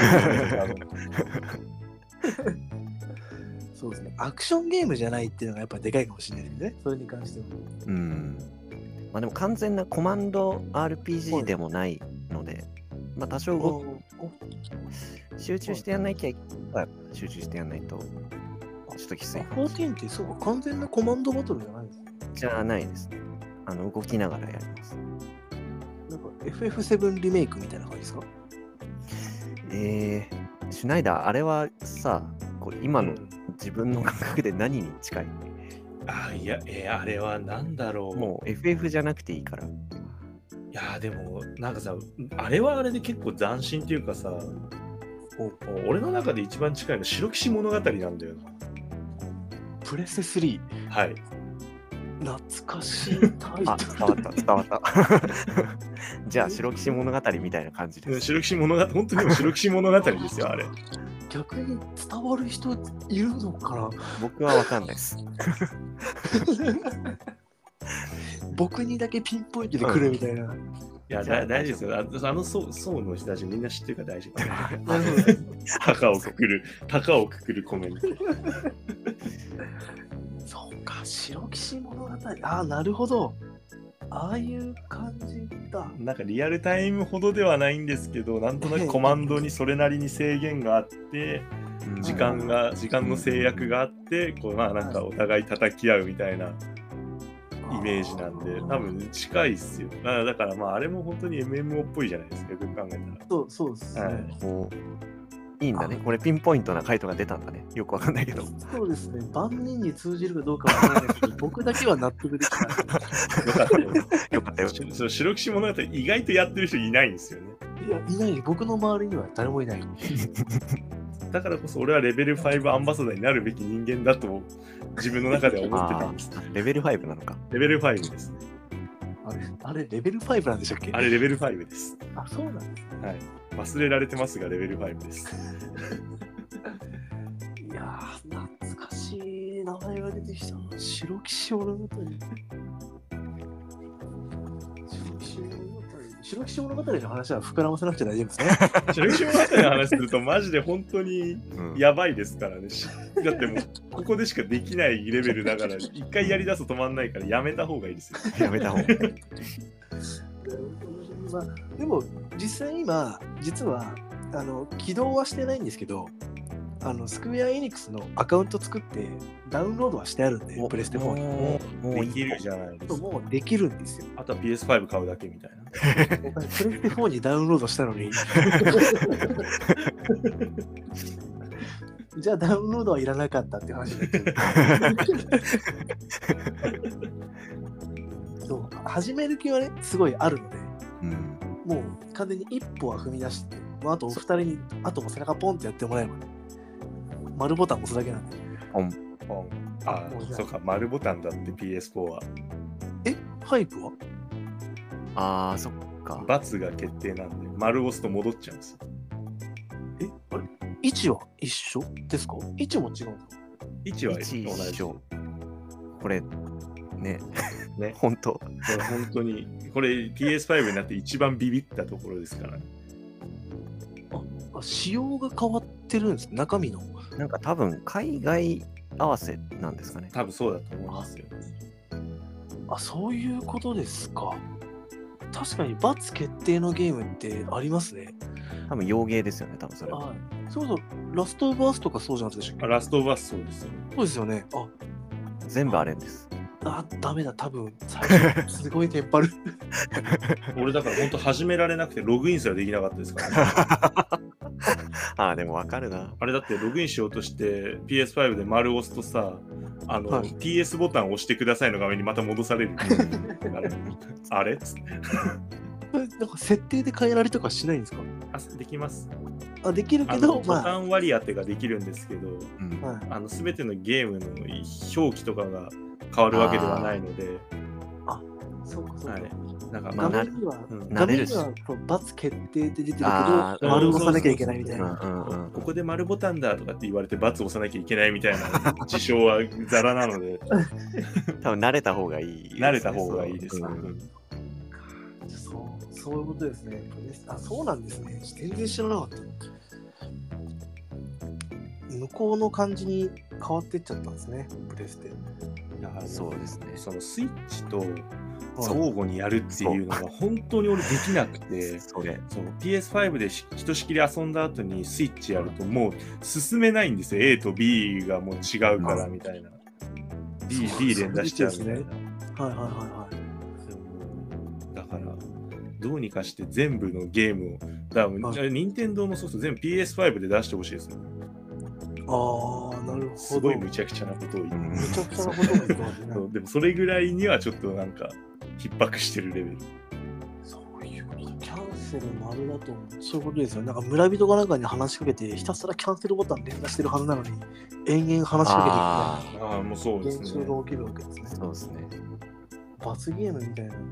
そうですね。アクションゲームじゃないっていうのがやっぱでかいかもしれないですね。それに関しては。 うん。まあでも完全なコマンド アールピージー でもないので、まあ多少動お集中してやんなきゃいけない。集中してやんないと、ちょっときつい。 じゅうよんってそうか、完全なコマンドバトルじゃないですか。 じゃないですね。あの動きながらやります。 なんか エフエフセブン リメイクみたいな感じですか？ えー、シュナイダー、あれはさ、こう今のうん自分の感覚で何に近い？ あ、いや、えーあれはなんだろう。 もう エフエフ じゃなくていいから。 いやーでもなんかさ、あれはあれで結構斬新っていうかさ、お俺の中で一番近いの白騎士物語なんだよな。 プレステスリー。 はい。 懐かしいタイあ、 トル。 伝わった、伝わった。じゃあ、白騎士物語みたいな感じです。 白騎士物語、本当にでも白騎士物語ですよ、あれ。 逆に伝わる人いるのかな？ 僕はわかんないです。 僕にだけピンポイントで来るみたいな。 いや、だ大丈夫ですよ。ああの層層の人たちみんな知ってるから大丈夫。 なるほど。 高をくくる、高をくくるコメント。 そうか、白騎士物語。ああ、なるほど。ああいう感じだ。 なんかリアルタイムほどではないんですけど、なんとなくコマンドにそれなりに制限があって、時間が、時間の制約があって、こうまあなんかお互い叩き合うみたいなイメージなんで、多分近いっすよ。あだからまああれも本当に エムエムオー っぽいじゃないですか、よく考えたら。 そうそうですね。 はいおいいんだね。これピンポイントな回答が出たんだね。よくわかんないけど。 そうですね。万人に通じるかどうかはわからないけど、僕だけは納得できない。 よかったよ。 よかったよ。 しそう白騎士物語意外とやってる人いないんですよね。 いや、いない。僕の周りには誰もいない。 だからこそ俺はレベルファイブアンバサダーになるべき人間だと自分の中では思ってたんです。 あーレベルファイブなのか。 レベルファイブですね。 あれ、あれレベルファイブなんでしたっけ？ あれレベルファイブです。 あ、そうなんですね。 はい。忘れられてますがレベルファイブです。 いやー、懐かしい名前が出てきたな。白騎士物語。白騎士物語。白騎士物語の話は膨らませなくちゃ大丈夫ですね。 白騎士物語の話するとマジで本当にうんやばいですからね。しだってもうここでしかできないレベルだから一回やり出すと止まんないからやめた方がいいですよ。 やめた方がいい。 まあ、でも実際今実はあの起動はしてないんですけど、あのスクエア・エニックスのアカウント作ってダウンロードはしてあるんで、プレステフォーにもうもういいできるじゃないですか。 もうできるんですよ。 あとは ピーエスファイブ 買うだけみたいな。 プレステフォーにダウンロードしたのにじゃあダウンロードはいらなかったって話になってる。そう始める気はねすごいあるので、 うん。 もう完全に一歩は踏み出して、もうあとお二人にあとも背中ポンってやってもらえばね、丸ボタン押すだけなんで。 ポンあそうか、丸ボタンだって ピーエスフォー は。 えファイブはああ、そっか。 ×が決定なんで、丸押すと戻っちゃうんですよ。 えあれ位置は一緒ですか？位置も違うんですか？ 位置は同一じ。 緒。これ、ね、 ね、 本当。 これ本当に、これ ピーエスファイブ になって一番ビビったところですからね。 あ、仕様が変わってるんです中身の。 なんか多分、海外合わせなんですかね。 多分そうだと思いますよ。 あ、そういうことですか。確かに×決定のゲームってありますね。 多分、洋芸ですよね、多分それは。 はい。 そうそう、ラストオブアスとかそうじゃなくてでしたっけ？ あラストオブアスそうですよ。 そうですよね。あ、 全部あれです。 あ、ダメだ、多分最初すごいテンパる。 俺だから本当始められなくてログインすらできなかったですからね。 ああ、でもわかるな。 あれだってログインしようとして ピーエスファイブ で丸押すとさ、あの、 はい、 ティーエス ボタンを押してくださいの画面にまた戻される。あれあれっつって。 なんか設定で変えられとかしないんですか？ あできます。 あ、できるけあど、 のボタまン割り当てができるんですけど、 うんあ、はい、 あの全てのゲームの表記とかが変わるわけではないので、 そうかそうか。 はい、なんかまあ画面には、 うん画面に慣れるしはそう×決定って出てるけど、 あー丸押さなきゃいけないみたいな。 うんうんうんここで丸ボタンだとかって言われて×押さなきゃいけないみたいな事象はザラなので、 多分慣れた方がいいですね、 慣れた方がいいです。 うんうんそう、そういうことですね。あ、そうなんですね。全然知らなかった。向こうの感じに変わってっちゃったんですね、プレステ。 だからそうですね。 そのスイッチと交互にやるっていうのが本当に俺できなくて、 それ。 そう ピーエスファイブ でしひとしきり遊んだ後にスイッチやるともう進めないんですよ。A と B がもう違うからみたいな。B、 そう B 連打しちゃうみたいな。 そうですはいはいはいはい。 そうだからどうにかして全部のゲームを、だから任天堂のソフト全部 ピーエスファイブ で出してほしいですよ。 ああ、なるほど。 すごい無茶苦茶なことを言って、 うんむちゃくちゃなことも言ってますね。 そうでもそれぐらいにはちょっとなんか逼迫してるレベル。 そういうこと。キャンセル丸だと思う。そういうことですよ。なんか村人かなんかに話しかけて、ひたすらキャンセルボタン連打してるはずなのに、延々話しかけていくみたいなああ、もうそうですね。 現象が起きるわけですね。 そうですね。 罰ゲームみたいな。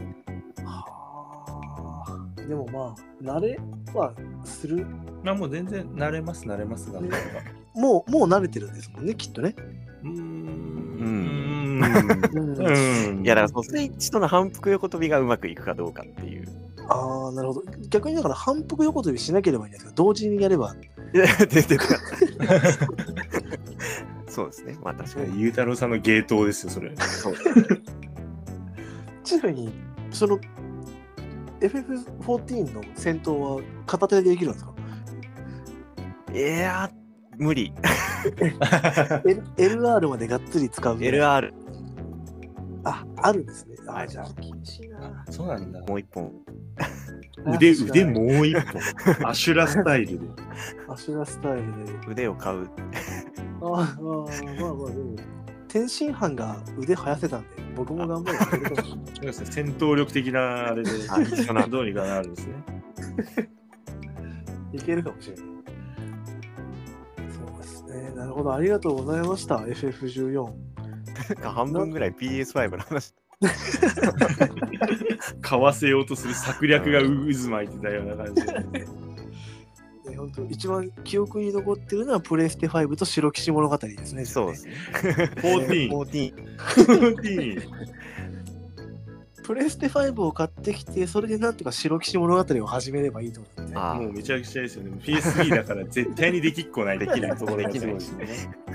はあ。でもまあ、慣れはする。 まあもう全然慣れます、慣れますが。 ねもう、もう慣れてるんですもんね、きっとね。 うーん。 うんうん。うん。 いや、だからそのスイッチとの反復横跳びがうまくいくかどうかっていう。 ああ、なるほど。逆にだから反復横跳びしなければいいんですけど、同時にやれば。 いや出てこないそうですね。まあ確かに。 ゆうたろうさんの芸当ですよ、それ。 そうちなみに、その エフエフフォーティーン の戦闘は片手でできるんですか？ いやー、無理。 L- エルアール までがっつり使うぐらい。 エルアールあ、あるんですね。あ、 はいじゃあ厳しいな。 そうなんだ。 もう一本。 腕、 あ腕もう一本。アシュラスタイルで。 アシュラスタイルで。 腕を買う。 ああ、まあまあ、でも、天津飯が腕生やせたんで、僕も頑張るけど。 そうですね、戦闘力的なあれで、 あ一緒なんだどうにかなるんですね。 いけるかもしれない。そうですね。なるほど。ありがとうございました。エフエフじゅうよん。 半分ぐらい ピーエスファイブ の話。 買わせようとする策略が渦巻いてたような感じで。 ね、本当一番記憶に残ってるのはプレステファイブと白騎士物語ですね。 そうですね。 フォーティーン。 フォーティーン。 フォーティーン。 プレステファイブを買ってきて、それでなんとか白騎士物語を始めればいいと思うんですね。 あもうめちゃくちゃですよね。ピーエススリー だから絶対にできっこないできないところがすごいでですね。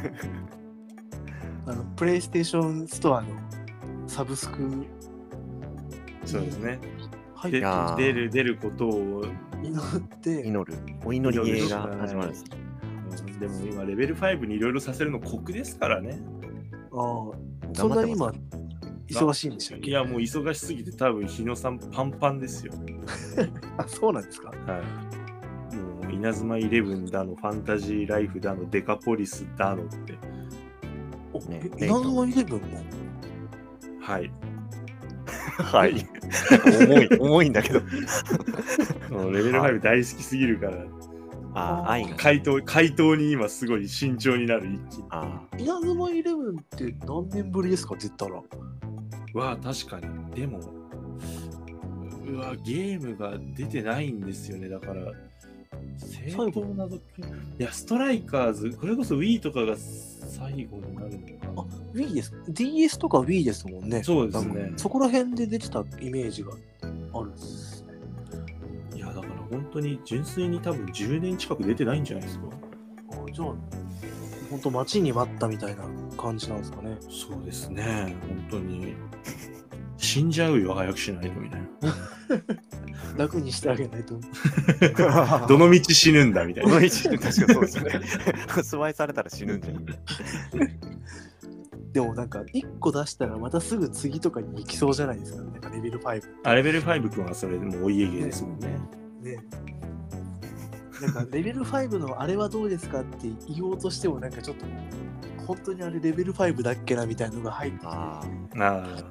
あのプレイステーションストアのサブスクそうですね。で入っていやー出る出ることを祈って、 祈る。お祈りゲーが始まるんです。 うんでも今レベルファイブにいろいろさせるの酷ですからね。 ああ、そんなに今忙しいんでしたっけ？ いやもう忙しすぎて多分日野さんパンパンですよ。 あ、そうなんですか？ はい。もう稲妻イレブンだの、ファンタジーライフだの、デカポリスだのって。 お、 ねえ稲妻イレブンもはい。 はい。重い、重いんだけど。 もうレベルファイブ大好きすぎるから、 ああ、愛が。 回答、回答に今すごい慎重になる一気に。 あ稲妻イレブンって何年ぶりですかって言ったら。 わあ、確かに。でも、うわ、ゲームが出てないんですよね。だから、正当な続編。いや、ストライカーズ、これこそ Wii とかが最後になるのか。 Wii です。ディーエス とか Wii ですもんね。 そうですね。 そこら辺で出てたイメージがあるんですね。 いや、だから本当に純粋に多分じゅうねん近く出てないんじゃないですか。 あ、じゃあ、本当待ちに待ったみたいな感じなんですかね。 そうですね。本当に。 死んじゃうよ、早くしないとみたいな。 楽にしてあげないと。 どの道死ぬんだみたいな。 この位置確かそうですね。発売されたら死ぬんじゃん。 でもなんかいっこ出したらまたすぐ次とかに行きそうじゃないですか。なんかレベルご。 あ、レベルご君はそれでもお家芸ですもんね。 ね。なんかレベルごのあれはどうですかって言おうとしてもなんかちょっと本当にあれレベルごだっけなみたいなのが入ってきて、 あああ、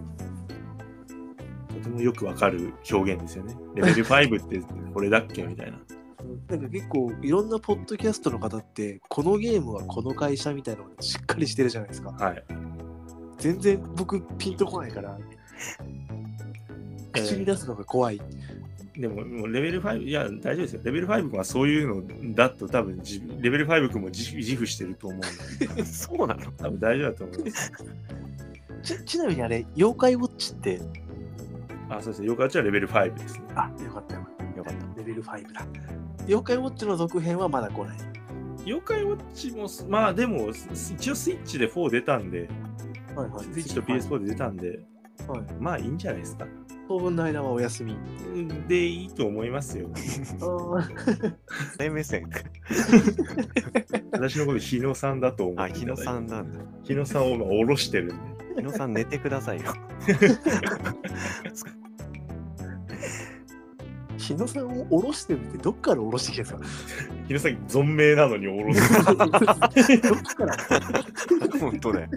とてもよくわかる表現ですよね。レベルごってこれだっけみたいな。 なんか結構いろんなポッドキャストの方ってこのゲームはこの会社みたいなのがしっかりしてるじゃないですか。 はい。 全然僕ピンとこないから口に出すのが怖い。 でも、もうレベルご、いや、大丈夫ですよ。レベルご君はそういうのだと多分自、レベルご君も自自負してると思うんで、 あ、そうなの？ 多分大丈夫だと思います。 ちちなみにあれ、妖怪ウォッチって、 あ、そうですね。よかったらレベルごですね。 あ、よかったよかった。 よかった。 レベルごだ。妖怪ウォッチの続編はまだ来ない。 妖怪ウォッチも、まあでも、一応スイッチでよん出たんで、 はいはい。 スイッチと ピーエスフォー で出たんで、 はい。 まあいいんじゃないですか。 当分の間はお休み。 でいいと思いますよ。 大目線。 私のこと日野さんだと思う。 あ、日野さんなんだ。 日野さんを今下ろしてるんで。 日野さん寝てくださいよ。 日野さんを下ろしてるってどっから下ろしてきたんです日野さん存命なのに下ろしてる。 かどっから本当だよ。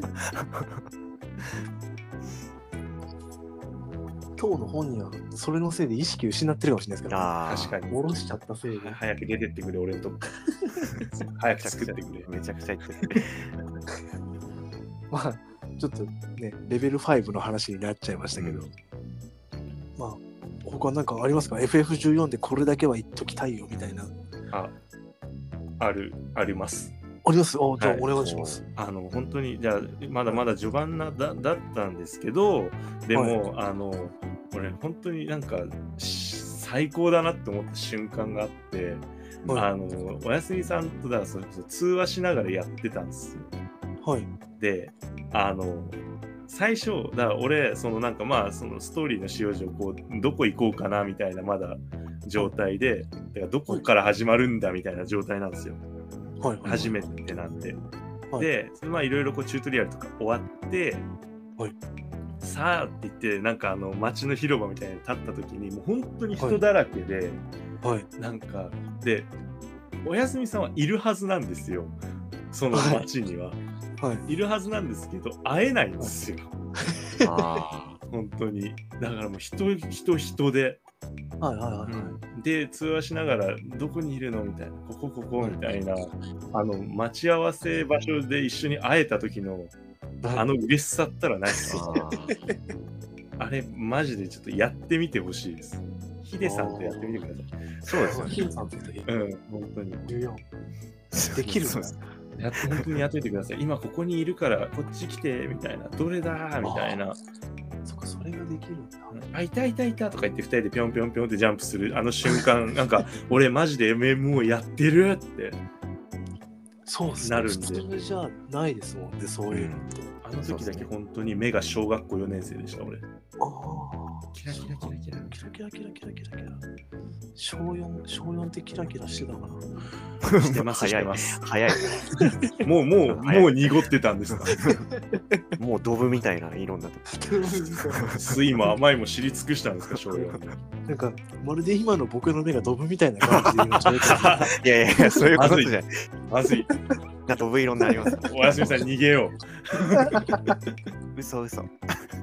当の本人はそれのせいで意識失ってるかもしれないですけど、 あ確かに。 下ろしちゃったせいで。 早く出てってくれ、俺のとこ。早く作ってくれ。 めちゃくちゃ言ってる。 まあ、ちょっとね、レベルごの話になっちゃいましたけど、 うんまあ、他なんかありますか？ エフエフじゅうよん でこれだけは言っときたいよみたいな。 あ、ある、あります。 あります？あ、じゃあはいお願いします。 あの、本当に、じゃあ、まだまだ序盤なだだったんですけど、でも、あの、俺、本当になんか、し最高だなって思った瞬間があって、 はいあの、おやすみさんとだからそれこそ通話しながらやってたんですよ。 はい。 で、あの、最初、だから俺、そのなんかまあ、そのストーリーの使用上、こう、どこ行こうかなみたいな、まだ状態で、だからどこから始まるんだみたいな状態なんですよ。 はい。はい、 初めてなんで。 はいで、それまあいろいろこうチュートリアルとか終わって、 はいさあって言って、なんかあの街の広場みたいに立った時に、もう本当に人だらけで、 はい。 なんか、で、おやすみさんはいるはずなんですよ。その街には。 はい。 いるはずなんですけど、会えないんですよ。 あ本当に。だからもう人、人、人で。 はい。はい。はい。 で、通話しながら、どこにいるのみたいな、ここ、ここ、みたいな、あの、待ち合わせ場所で一緒に会えた時の、あの嬉しさったらないですあか？あれ、マジでちょっとやってみてほしいです。ヒデさんとやってみてください。 そうですよ。 ヒデさんって言ってうん、本当に。 じゅうよん。できるんだそうです。 やって本当にやっといてください。今ここにいるからこっち来てみたいな。どれだみたいな。 そっか、それができるんだ。 あ、いたいたいたとか言ってふたりでぴょんぴょんぴょんってジャンプするあの瞬間、なんか俺マジで エムエムオー やってるってそうっすね。 なるんで。 普通じゃないですもんね、そういうのって。 あの時だけ本当に目が小学校よねん生でした、俺。 ああ。 キラキラキラキラ。 キラキラキラキラキラキラ。小よん、小よんってキラキラしてたかな。 してます、して早いま。す。 早い。 もう、もう、 早いもう濁ってたんですか？ もうドブみたいな色になって酸いも甘いも知り尽くしたんですか、小よん。 なんか、まるで今の僕の目がドブみたいな感じで今喋ってます。 いやいやいや、そういうことじゃない。 まずい。 なドブ色になります。 おやすみさん、逃げよ嘘嘘。 う。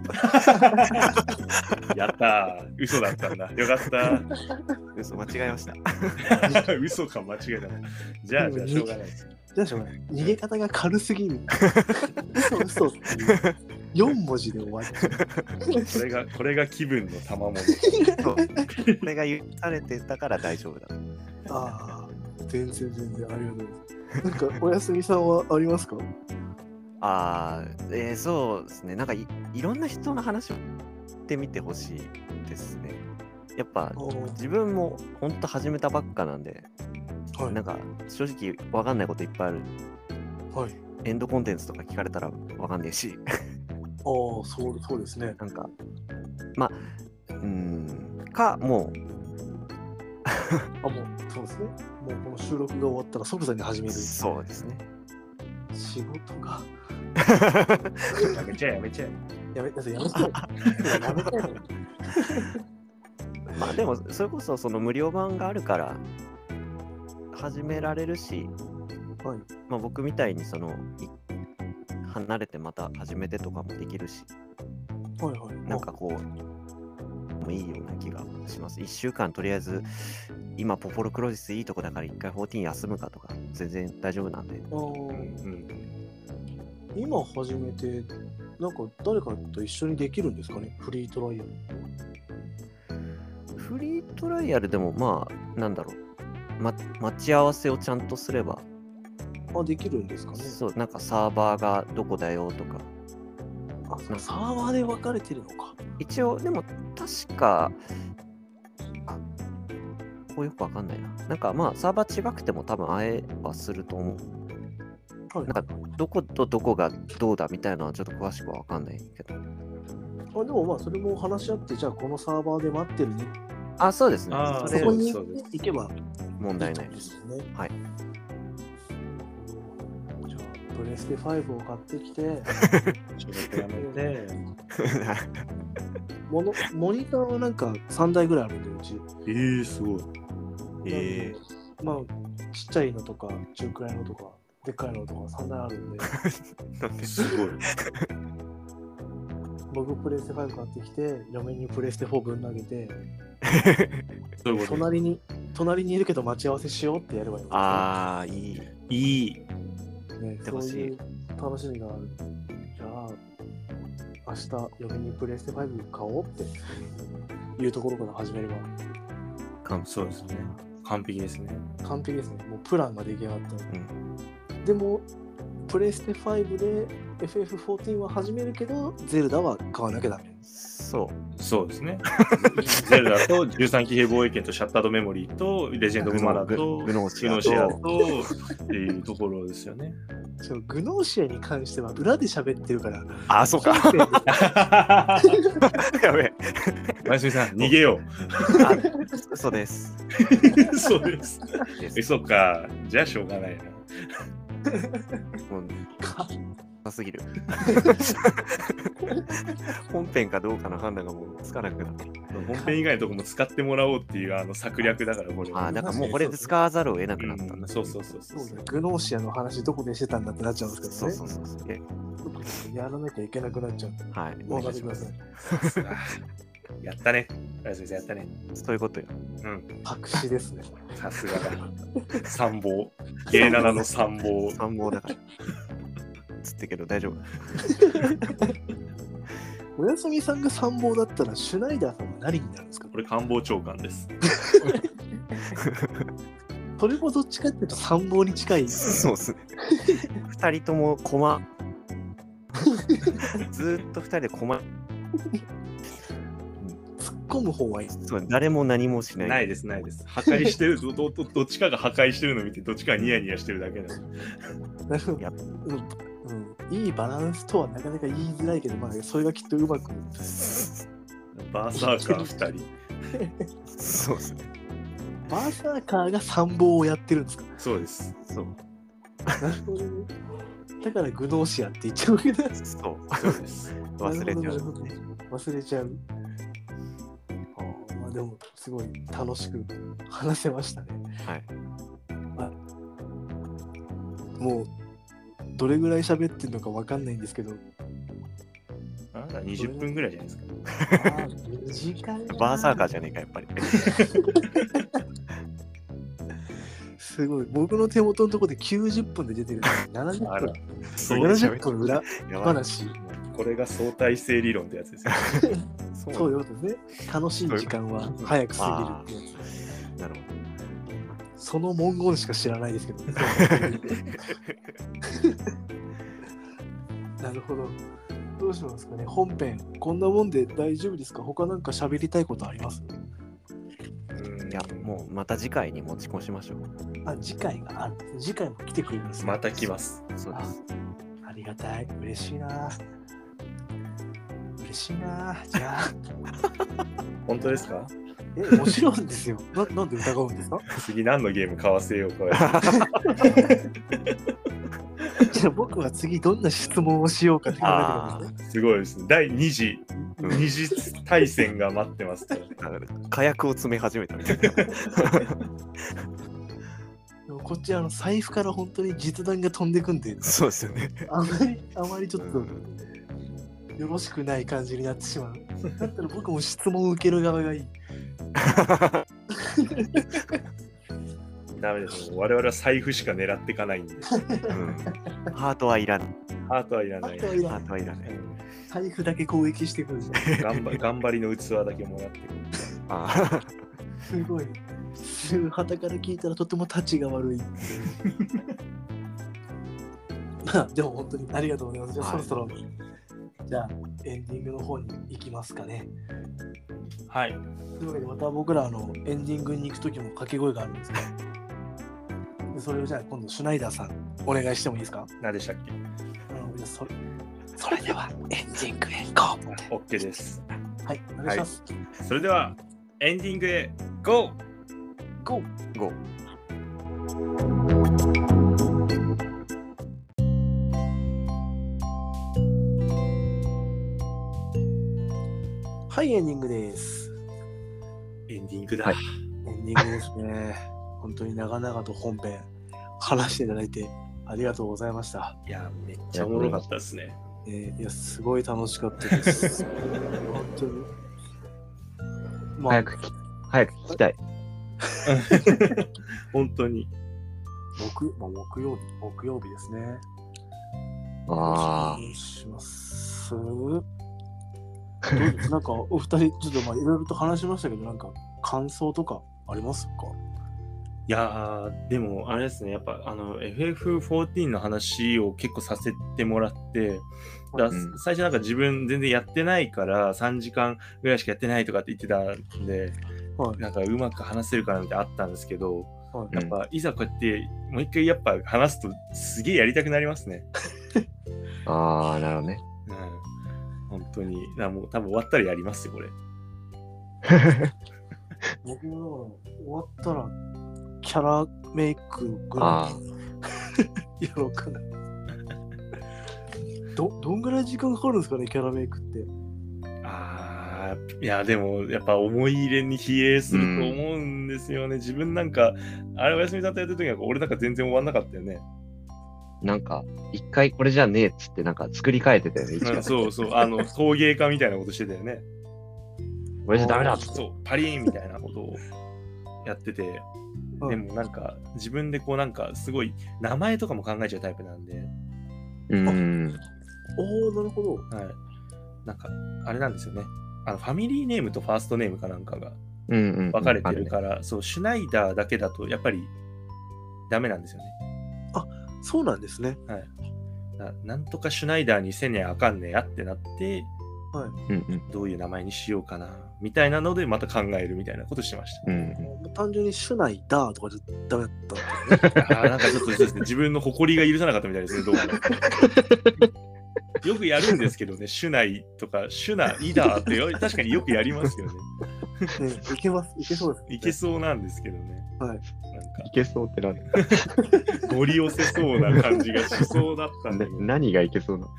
やったー。嘘だったんだ。よかった嘘間違えました。 ー。嘘か間違えたな。じゃあ、じゃあ、しょうがないです。 じゃあしょうがない。逃げ方が軽すぎる。嘘嘘っていう。よん文字で終わっちゃう。 これが、これが気分の賜物。 そうこれが許されてたから大丈夫だ。 ああ、全然全然ありがとうございます。なんか、おやすみさんはありますか？ あー、えー、そうですね。なんかいいろんな人の話を聞いてみてほしいですね。やっぱ自分も本当始めたばっかなんで、 はいなんか正直わかんないこといっぱいある。 はい。 エンドコンテンツとか聞かれたらわかんねえし、 ああ、そうそうですね。 なんかまあ、うーん、か、もう、 あ、もう、そうですね。もうこの収録が終わったら即座に始める。 そうですね。 仕事が。 やめちゃえやめちゃえ。 やめ、やめて。やめて。 まあでも、それこそその無料版があるから始められるし、 はい。 まあ、僕みたいにそのい離れてまた始めてとかもできるし、 はいはい。 なんかこう、もういいような気がします。いっしゅうかんとりあえず、今ポポロクロジスいいとこだから一回じゅうよん休むかとか、全然大丈夫なんで。 あーうん今始めて、なんか誰かと一緒にできるんですかね、フリートライアル。 フリートライアルでもまあ、なんだろう、ま、待ち合わせをちゃんとすれば、 あ、できるんですかね。 そう、なんかサーバーがどこだよとか、 あ、そうサーバーで分かれてるのか。 一応、でも確か、あこうよくわかんないな。なんかまあ、サーバー違くても多分会えはすると思う。 はい。 なんか、どことどこがどうだみたいなのはちょっと詳しくはわかんないけど。 あ、でもまあ、それも話し合って、じゃあこのサーバーで待ってるね。 あ、そうですね。 あーそれそこにそうです行けば問題ないで。 いいですすよね。 はい。 じゃあ、プレステファイブを買ってきて、 仕事やめて。 モノモニターはなんかさんだいぐらいあるんで、うち。 えー、すごい。 えー、まあ、ちっちゃいのとか、中くらいのとか、でっかいのとかさんだいあるんで、 ー、なんですごい。 僕プレステファイブ買ってきて、嫁にプレステフォーぶん投げて、 そういうこと。 隣に、隣にいるけど待ち合わせしようってやればいいんですよ。 ああ、いい。 いい。 ね、 てほしいそういう楽しみがある。じゃあ、明日、嫁にプレステファイブ買おうっていうところから始めれば完そうですね。完璧ですね。 完璧ですね。もうプランが出来上がった。 うん。 でも、プレステファイブで エフエフフォーティーン は始めるけど、ゼルダは買わなきゃダメ。 そう。 そうですね。ゼルダとじゅうさん騎兵防衛権とシャッタードメモリーとレジェンド・オブ・マナとグノーシアグノシアとっていうところですよね。 ちょグノーシアに関しては裏で喋ってるから。 あ、そうか。 本編でやべえ。 前住さん、逃げよあ、嘘です。 う。そうです。 ですえ、そっか。じゃあしょうがないな。 もう、高すぎる。本編かどうかの判断がもうつかなくなって。 本編以外のとこも使ってもらおうっていうあの策略だから、これ。 ああ、だからもうこれで使わざるを得なくなったんだ。 うんそうそうそうそう。 そうねグノーシアの話どこでしてたんだってなっちゃうんですけどね。 そうそうそうそう。えやらなきゃいけなくなっちゃう。 はい。 おお願いしま任せくださすい。。 やったね。前住さんやったね。 そういうことよ。 うん。 白紙ですね。 さすがだ。参謀。ゲーナナの参謀。 参謀だから。つってけど大丈夫。 おやすみさんが参謀だったら、シュナイダーさんは何になるんですか？ これ官房長官です。 それもどっちかっていうと参謀に近い。 そうっすね。二人とも駒。ずーっと二人で駒。 突っ込む方はいい。 そう、誰も何もしない。 ないです、ないです。破壊してるど、ど、どどっちかが破壊してるのを見て、どっちかがニヤニヤしてるだけだ。 なるほどやっうんうん、いいバランスとはなかなか言いづらいけど、まあ、それがきっとうまく。 バーサーカーふたり。 そうっすね。 バーサーカーが参謀をやってるんですか？ そうです。 そう。 なるほどね。だからグノーシアって言っちゃうわけだ。 そう。 そうです。 忘れちゃうなるほどなるほど忘れちゃう。あーまあ、でも、すごい楽しく話せましたね。 はい。 もう、どれぐらい喋ってるのかわかんないんですけど、 あなたにじゅっぷんぐらいじゃないですか。 あー短いな。 バーサーカーじゃねえか、やっぱり。 すごい。僕の手元のところできゅうじゅっぷんで出てるのにななじゅっあらぷん。 そうななじゅっ喋ぷん裏やばい。 話。 これが相対性理論ってやつですよ。 そそういうことですね。楽しい時間は早く過ぎるってやつ。 なるほその文言しか知らないですけど。なるほど。どうしますかね。本編、こんなもんで大丈夫ですか？他なんか喋りたいことあります？ ど。いや、もうまた次回に持ち越しましょう。 あ、次回がある。次回も来てくれるんですねまた来ます。 そうです。 ありがたい。嬉しいな。 嬉しいな。じゃあ。 本当ですか？ え、もちろんですよ。ななんで疑うんですか？ 次何のゲーム買わせようか。 じゃあ僕は次どんな質問をしようかって考えてるんですね。 すごいですね。だいに次、二次対戦が待ってますから。 火薬を詰め始めたみたいな。 でもこっちあの財布から本当に実弾が飛んでくんで、 そうですよね。 あまりあまりちょっとよろしくない感じになってしまう。だったら僕も質問を受ける側がいい。 ダメです。我々は財布しか狙っていかないんで。 うん、ハートはいらない。 ハートはいらない。 ハートはいらないハートはいらない。 財布だけ攻撃してくる。 頑張頑張りの器だけもらってくる。 あすごい。はたから聞いたらとてもタチが悪い。まあでも本当にありがとうございます。じゃあそろそろ、じゃあエンディングの方に行きますかね。 はい。 というわけでまた僕らあのエンディングに行くときも掛け声があるんですが、でそれをじゃあ今度シュナイダーさんお願いしてもいいですか？ 何でしたっけ？ あのじゃあそれそれではエンディングへ行こう。 OK です。 はい、お願いします。 それではエンディングへ GO! GO! GO! はい、エンディングです。 エンディングだ。 はいエンディングですね。本当に長々と本編話していただいてありがとうございました。 いや、めっちゃおもろかったですね。 えー、いや、すごい楽しかったです。本当に。まあ、 早くき、早く聞きたい。 本当に。 木、まあ、木曜日、木曜日ですね。 あどうしますどうですなんか、お二人、ちょっとまあ、いろいろと話しましたけど、なんか、感想とかありますか？ いやー、でもあれですね、やっぱあの エフエフフォーティーン の話を結構させてもらって、だうん、 最初なんか自分全然やってないからさんじかんぐらいしかやってないとかって言ってたんで、 はい、 なんかうまく話せるかなってあったんですけど、 はい、 やっぱいざこうやってもう一回やっぱ話すとすげえやりたくなりますね。 あ、ああ、なるほどね。 うん、本当に。だからもう多分終わったらやりますよ、これ。 僕も終わったら、キャラメイクぐらいやろうかな。ど、どんぐらい時間かかるんですかね、キャラメイクって。 ああ、いや、でも、やっぱ思い入れに比例すると思うんですよね。うん、自分なんか、あれ、おやすみさんとやってる時なんか、俺なんか全然終わんなかったよね。 なんか、一回これじゃねえっつって、なんか作り変えてたよね、一回。そうそう、あの、陶芸家みたいなことしてたよね。 これじゃダメだっつって。 そう、パリーンみたいなことをやってて。でもなんか自分でこうなんかすごい名前とかも考えちゃうタイプなんで。 うん。 おお、なるほど。 はい。なんかあれなんですよね。あのファミリーネームとファーストネームかなんかが分かれてるから、うんうんうん、そうシュナイダーだけだとやっぱりダメなんですよね。 あ、そうなんですね。 はい。な, なんとかシュナイダーにせねあかんねやってなって。 はい、 うんうん、どういう名前にしようかなみたいなのでまた考えるみたいなことしてました。 うんうん、単純にシュナイダーとかじゃダメだったんだね。 ああ、なんかちょっとそうですね、自分の誇りが許さなかったみたいですね、どうも。よくやるんですけどね、シュナイとか、シュナイダーって確かによくやりますよね。 ね、いけます、いけそうです、ね。 いけそうなんですけどね。 はい。 なんかいけそうって何乗り寄せそうな感じがしそうだったんだけど。 何がいけそうな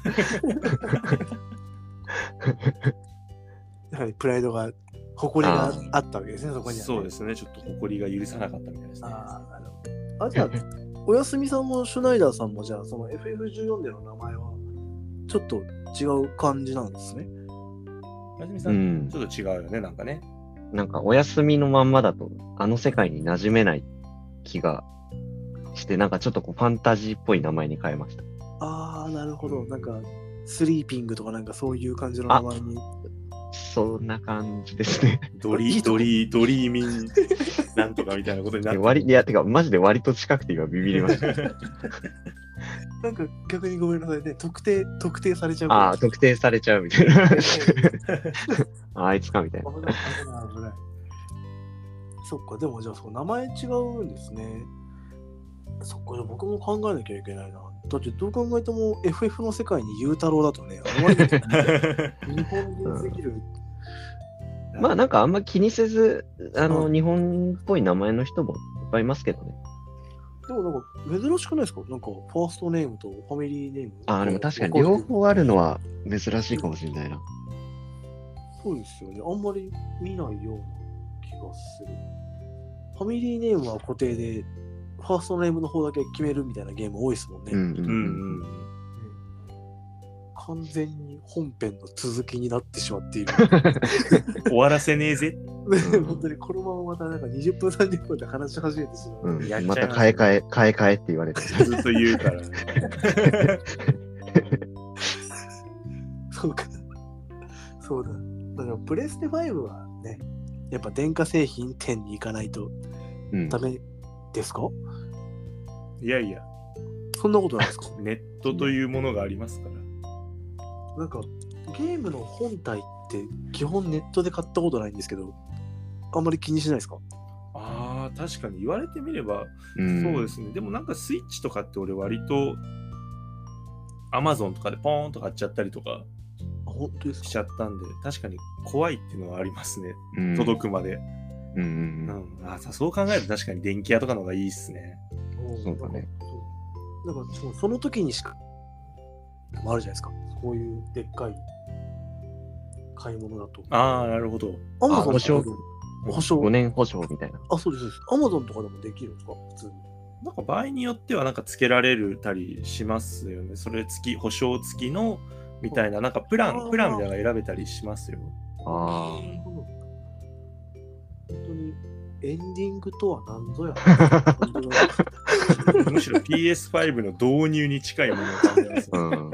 やはりプライドが、誇りがあったわけですね、そこには、ね。 そうですね、ちょっと誇りが許さなかったみたいですね。 ああ、なるほど。あ、じゃあ、おやすみさんもシュナイダーさんも、じゃあ、その エフエフじゅうよん での名前は、ちょっと違う感じなんですね。 おやすみさん、うん、ちょっと違うよね、なんかね。 なんか、お休みのまんまだと、あの世界に馴染めない気がして、なんかちょっとこうファンタジーっぽい名前に変えました。 ああ、なるほど。なんか、スリーピングとかなんかそういう感じの名前に。 そんな感じですね。 ドリー、ドリー、ドリーミンなんとかみたいなことになって割いや、てか、マジで割と近くて今ビビりました。 なんか逆にごめんなさいね。特定、特定されちゃう。 ああ、特定されちゃうみたいな。あ, あいつかみたいな。 危ない、危ない、危ない。そっか、でもじゃあそう名前違うんですね。そっか、僕も考えなきゃいけないな。 だってどう考えても エフエフ の世界にゆうたろうだとね、あまりに日本人すぎる。 まあなんかあんま気にせず、あの、 うん日本っぽい名前の人もいっぱいいますけどね。 でもなんか珍しくないですか？なんかファーストネームとファミリーネーム。 あ、でも確かに両方あるのは珍しいかもしれないな。 そうですよね。あんまり見ないような気がする。ファミリーネームは固定で、ファーストネームの方だけ決めるみたいなゲーム多いですもんね。 うんうんうんうん。 完全に本編の続きになってしまっている。 終わらせねえぜ。 ん本当にこのまままたなんかにじゅっぷんさんじゅっぷんで話し始めてしまう。 うんやっちゃいまますた買い替え、買い替えって言われてる。 ずっと言うからね。 そうか。そうだ。だからプレステファイブはね、やっぱ電化製品店に行かないとうんダメですか？ いやいや、 そんなことないですか？ ネットというものがありますから。 なんかゲームの本体って基本ネットで買ったことないんですけど、あんまり気にしないですか？ ああ、確かに言われてみれば、 うんそうですね。でもなんかスイッチとかって俺割と Amazon とかでポーンと買っちゃったりとかあ、本当ですしか？ ちゃったんで、確かに怖いっていうのはありますね。 うん届くまで。 うんううんん。あーそう考えると確かに電気屋とかの方がいいっすね。 そうだね。 なんかそうその時にしかもあるじゃないですか。そういうでっかい買い物だと。 ああ、なるほど。 アマゾンあ保証保証ごねん保証みたいな。 あ、そうです。アマゾンとかでもできるんですか？普通に。 なんか場合によってはなんかつけられるたりしますよね。それ付き、保証付きのみたいな、なんかプラン、 あープランみたいなのが選べたりしますよ。 あなるほど。本当にエンディングとは何ぞや。本当だむしろ ピーエスファイブ の導入に近いものを感じますあ。 ね。 うん。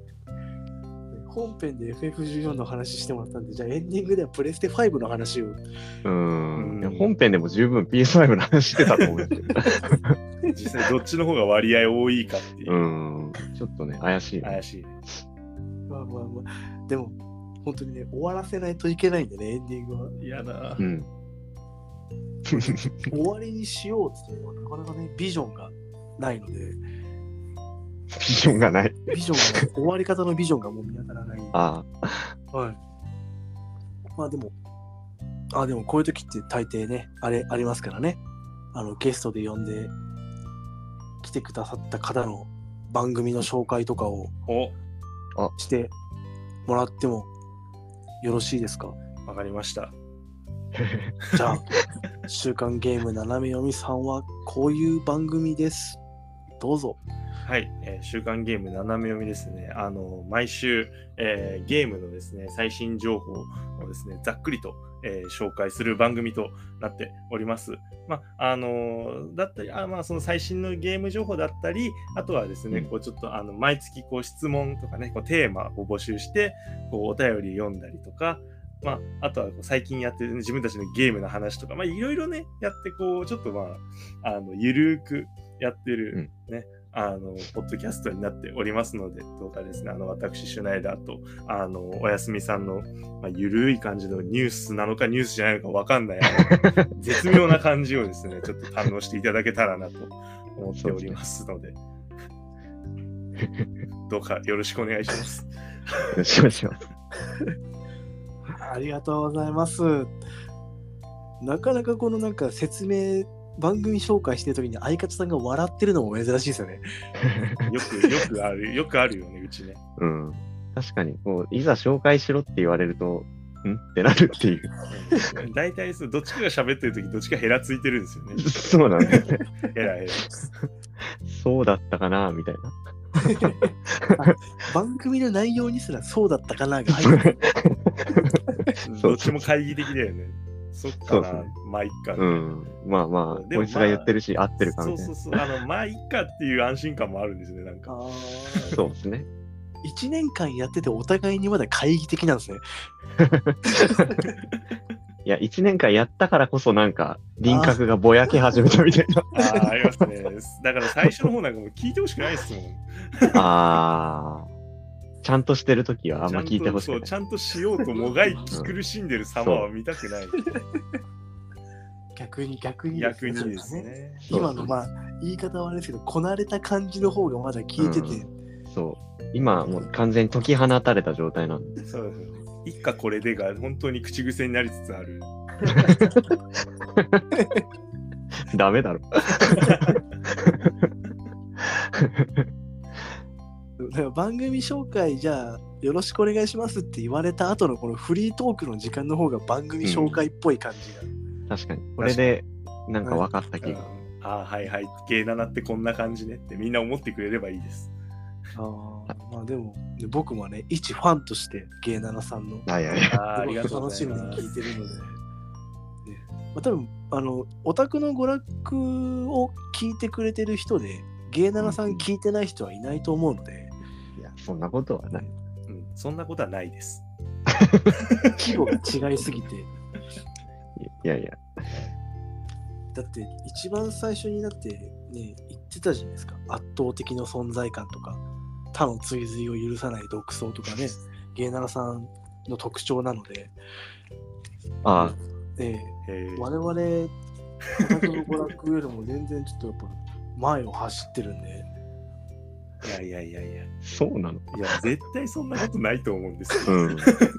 本編で エフエフじゅうよん の話してもらったんで、じゃあエンディングではプレステファイブの話を。 うん。いや本編でも十分 ピーエスファイブ の話してたと思うんですけど。 実際どっちの方が割合多いかっていう。 うん。ちょっとね、怪しいね。 怪しいね。 まあまあまあ。でも、本当にね、終わらせないといけないんでね、エンディングは。 嫌だう。ん。 終わりにしようっていうのはなかなかね、ビジョンがないので、 ビジョンがない。 ビジョンがない、終わり方のビジョンがもう見当たらない。 あはい。まあでも、あ、でもこういう時って大抵ね、あれありますからね。あの、ゲストで呼んで来てくださった方の番組の紹介とかをお、 してもらってもよろしいですか？ わかりました。 じゃあ、週刊ゲーム斜め読みさんはこういう番組です。どうぞ。 はい、えー週刊ゲーム斜め読みですね。あの、毎週、えーゲームのですね、最新情報をですね、ざっくりと、えー紹介する番組となっております。まあ、あのーだったり、あまあ、その最新のゲーム情報だったり、あとはですね、 うんこうちょっとあの毎月こう質問とかね、こうテーマを募集して、こうお便り読んだりとか、まあ、あとはこう最近やってる、ね、自分たちのゲームの話とか、まあ、いろいろね、やって、こう、ちょっとまあ、あの、ゆるーくやってる、ね、あの、ポッドキャストになっておりますので、どうかですね、あの、私、シュナイダーと、あの、おやすみさんの、まあ、ゆるい感じのニュースなのか、ニュースじゃないのかわかんない、あの絶妙な感じをですね、ちょっと堪能していただけたらなと思っておりますので、どうかよろしくお願いします。 よろしくお願いします。 ありがとうございます。なかなかこのなんか説明、番組紹介してるときに相方さんが笑ってるのも珍しいですよね。 よく、よくある、よくあるよね、うちね。 うん。確かに、こう、いざ紹介しろって言われると、んってなるっていう。 うん大体そう、どっちかが喋ってるとき、どっちかヘラついてるんですよね。 そうなんだよね。 ヘラヘラ。 そうだったかなみたいな。 番組の内容にすらそうだったかなが入ってる。 どっちも懐疑的だよね。そっかな、 そうそうまあいっか、ね。 うん。まあまあ、 でもこいつが言ってるし、合ってるかみたいな。 そうそうそう。あの、まあいっかっていう安心感もあるんですね、なんか。 あそうですね。 いちねんかんやっててお互いにまだ懐疑的なんですね。 いや、いちねんかんやったからこそなんか、輪郭がぼやけ始めたみたいな。 ああ、ありますね。だから最初の方なんかもう聞いてほしくないですもん。 あー。ちゃんとしてるときはあんま聞いてほしくない。 ちゃんとそうちゃんとしようともがい苦しんでる様は見たくない。 逆に逆に逆にですね。 今のまあ言い方はあれですけど、こなれた感じの方がまだ聞いてて、 うん、そう今もう完全に解き放たれた状態なんで。 そうですね。一家これでが本当に口癖になりつつある。 ダメだろ。 だから番組紹介じゃあよろしくお願いしますって言われた後のこのフリートークの時間の方が番組紹介っぽい感じが、 確かにこれでなんか分かった気が、 うん、ああはいはい芸ナナってこんな感じねってみんな思ってくれればいいです。 あまあでもで僕もね一ファンとして芸ナナさんのはいはいはい、 あありがとうご楽しみにざいます。 聞いてるので、ねまあ、多分あのオタクの娯楽を聞いてくれてる人で芸ナナさん聞いてない人はいないと思うので、 いやそんなことはない。 うん、そんなことはないです。 規模が違いすぎて。 いやいや。 だって一番最初にだってね言ってたじゃないですか。圧倒的な存在感とか他の追随を許さない独創とかね、芸ナナさんの特徴なので、 ああ、 ええー、 我々オタクの娯楽よりも全然ちょっとやっぱ前を走ってるんで。 いやいやいやいや。 そうなの？ いや絶対そんなことないと思うんですよ。 うん。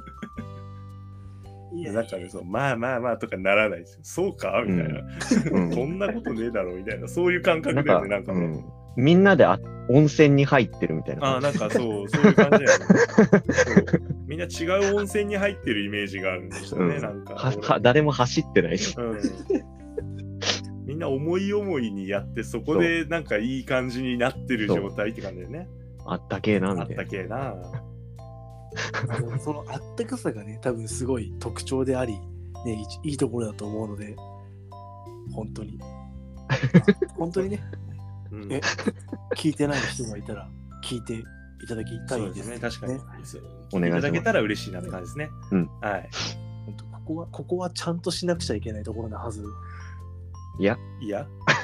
いやなんかね、そうまあまあまあとかならないですよ。そうかみたいな、 うん。 こんなことねえだろみたいな、そういう感覚だよね、なんかね。 うん、みんなであ温泉に入ってるみたいな。 ああ、なんかそう、そういう感じだよね。みんな違う温泉に入ってるイメージがあるんですよね、 うん、 なんか。 はは誰も走ってない。 うん。みんな思い思いにやって、そこでなんかいい感じになってる状態って感じだよね。 あったけえなみたいな。 あったけえな。 そのあったかさがね、多分すごい特徴であり、ね、いいところだと思うので、本当に。本当にね、うん、え、聞いてない人がいたら、聞いていただきたいですね。 そうですね、確かに。 ね、 お願いいただけたら嬉しいなって感じですね。 うん。 はい。 本当ここは、ここはちゃんとしなくちゃいけないところなはず。 いや。 いや。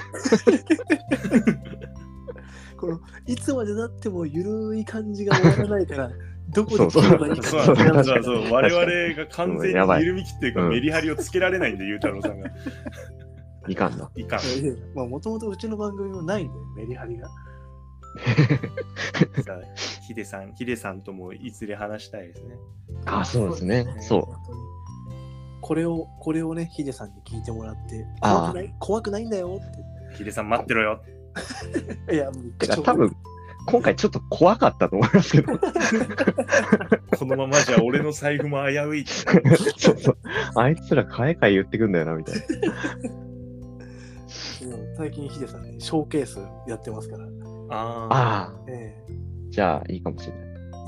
このいつまでだってもゆるい感じが終わらないから、どこで切ればいいかそうそうそうそう、我々が完全に緩み切っていうか、メリハリをつけられないんで、ゆうたろうさんが。 いかんな。 いかん。 まあ、もともとうちの番組もないんで、メリハリが。 さあ、ヒデさん、ヒデさんともいずれ話したいですね。 あ、そうですね。そう。 これを、これをね、ヒデさんに聞いてもらって、怖くない、怖くないんだよって。 ヒデさん待ってろよ。 いや、もうてか多分今回ちょっと怖かったと思いますけど。 このままじゃ俺の財布も危ういって。 そうそう。あいつら買え買え言ってくんだよなみたいな。 最近ヒデさんね、ショーケースやってますから。 ああ。 ええ、 じゃあいいかもしれない。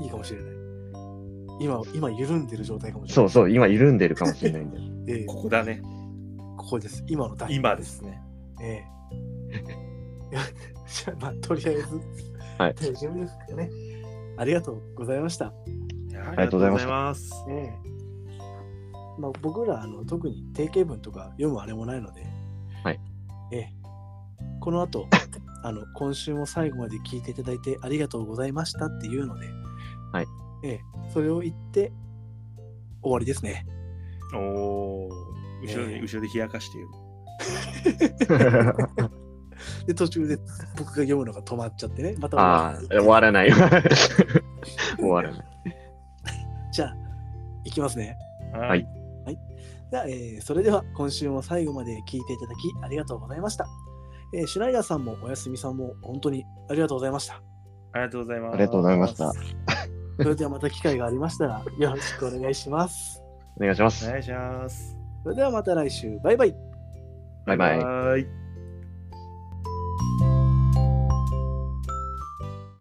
いいかもしれない。今、今緩んでる状態かもしれない。 そうそう、今緩んでるかもしれないんで。 ええ、ここだね。 ここです。今のタイミング。 今ですね。 ええ。じゃあ、まあ、とりあえず、 はい。 大丈夫ですかね。ありがとうございました。 ありがとうございます。 ええ。まあ、僕らあの特に定型文とか読むあれもないので、 はい。 ええ。この後、あの今週も最後まで聞いていただいてありがとうございましたっていうので、 はい。 ええ。それを言って終わりですね。 おお。後ろで、ええ、後ろで冷やかしてよ。 で途中で僕が読むのが止まっちゃってね、また終わらない。ああ、終わらない。終わらない。 じゃあ、いきますね。 はい。 はい。じゃあ、えー、それでは今週も最後まで聞いていただきありがとうございました。えー、シュナイダーさんもおやすみさんも本当にありがとうございました。 ありがとうございます。 ありがとうございました。 それではまた機会がありましたらよろしくお願いします。 お願いします。 お願いします。 それではまた来週。バイバイ。 バイバイ。 バイバイ。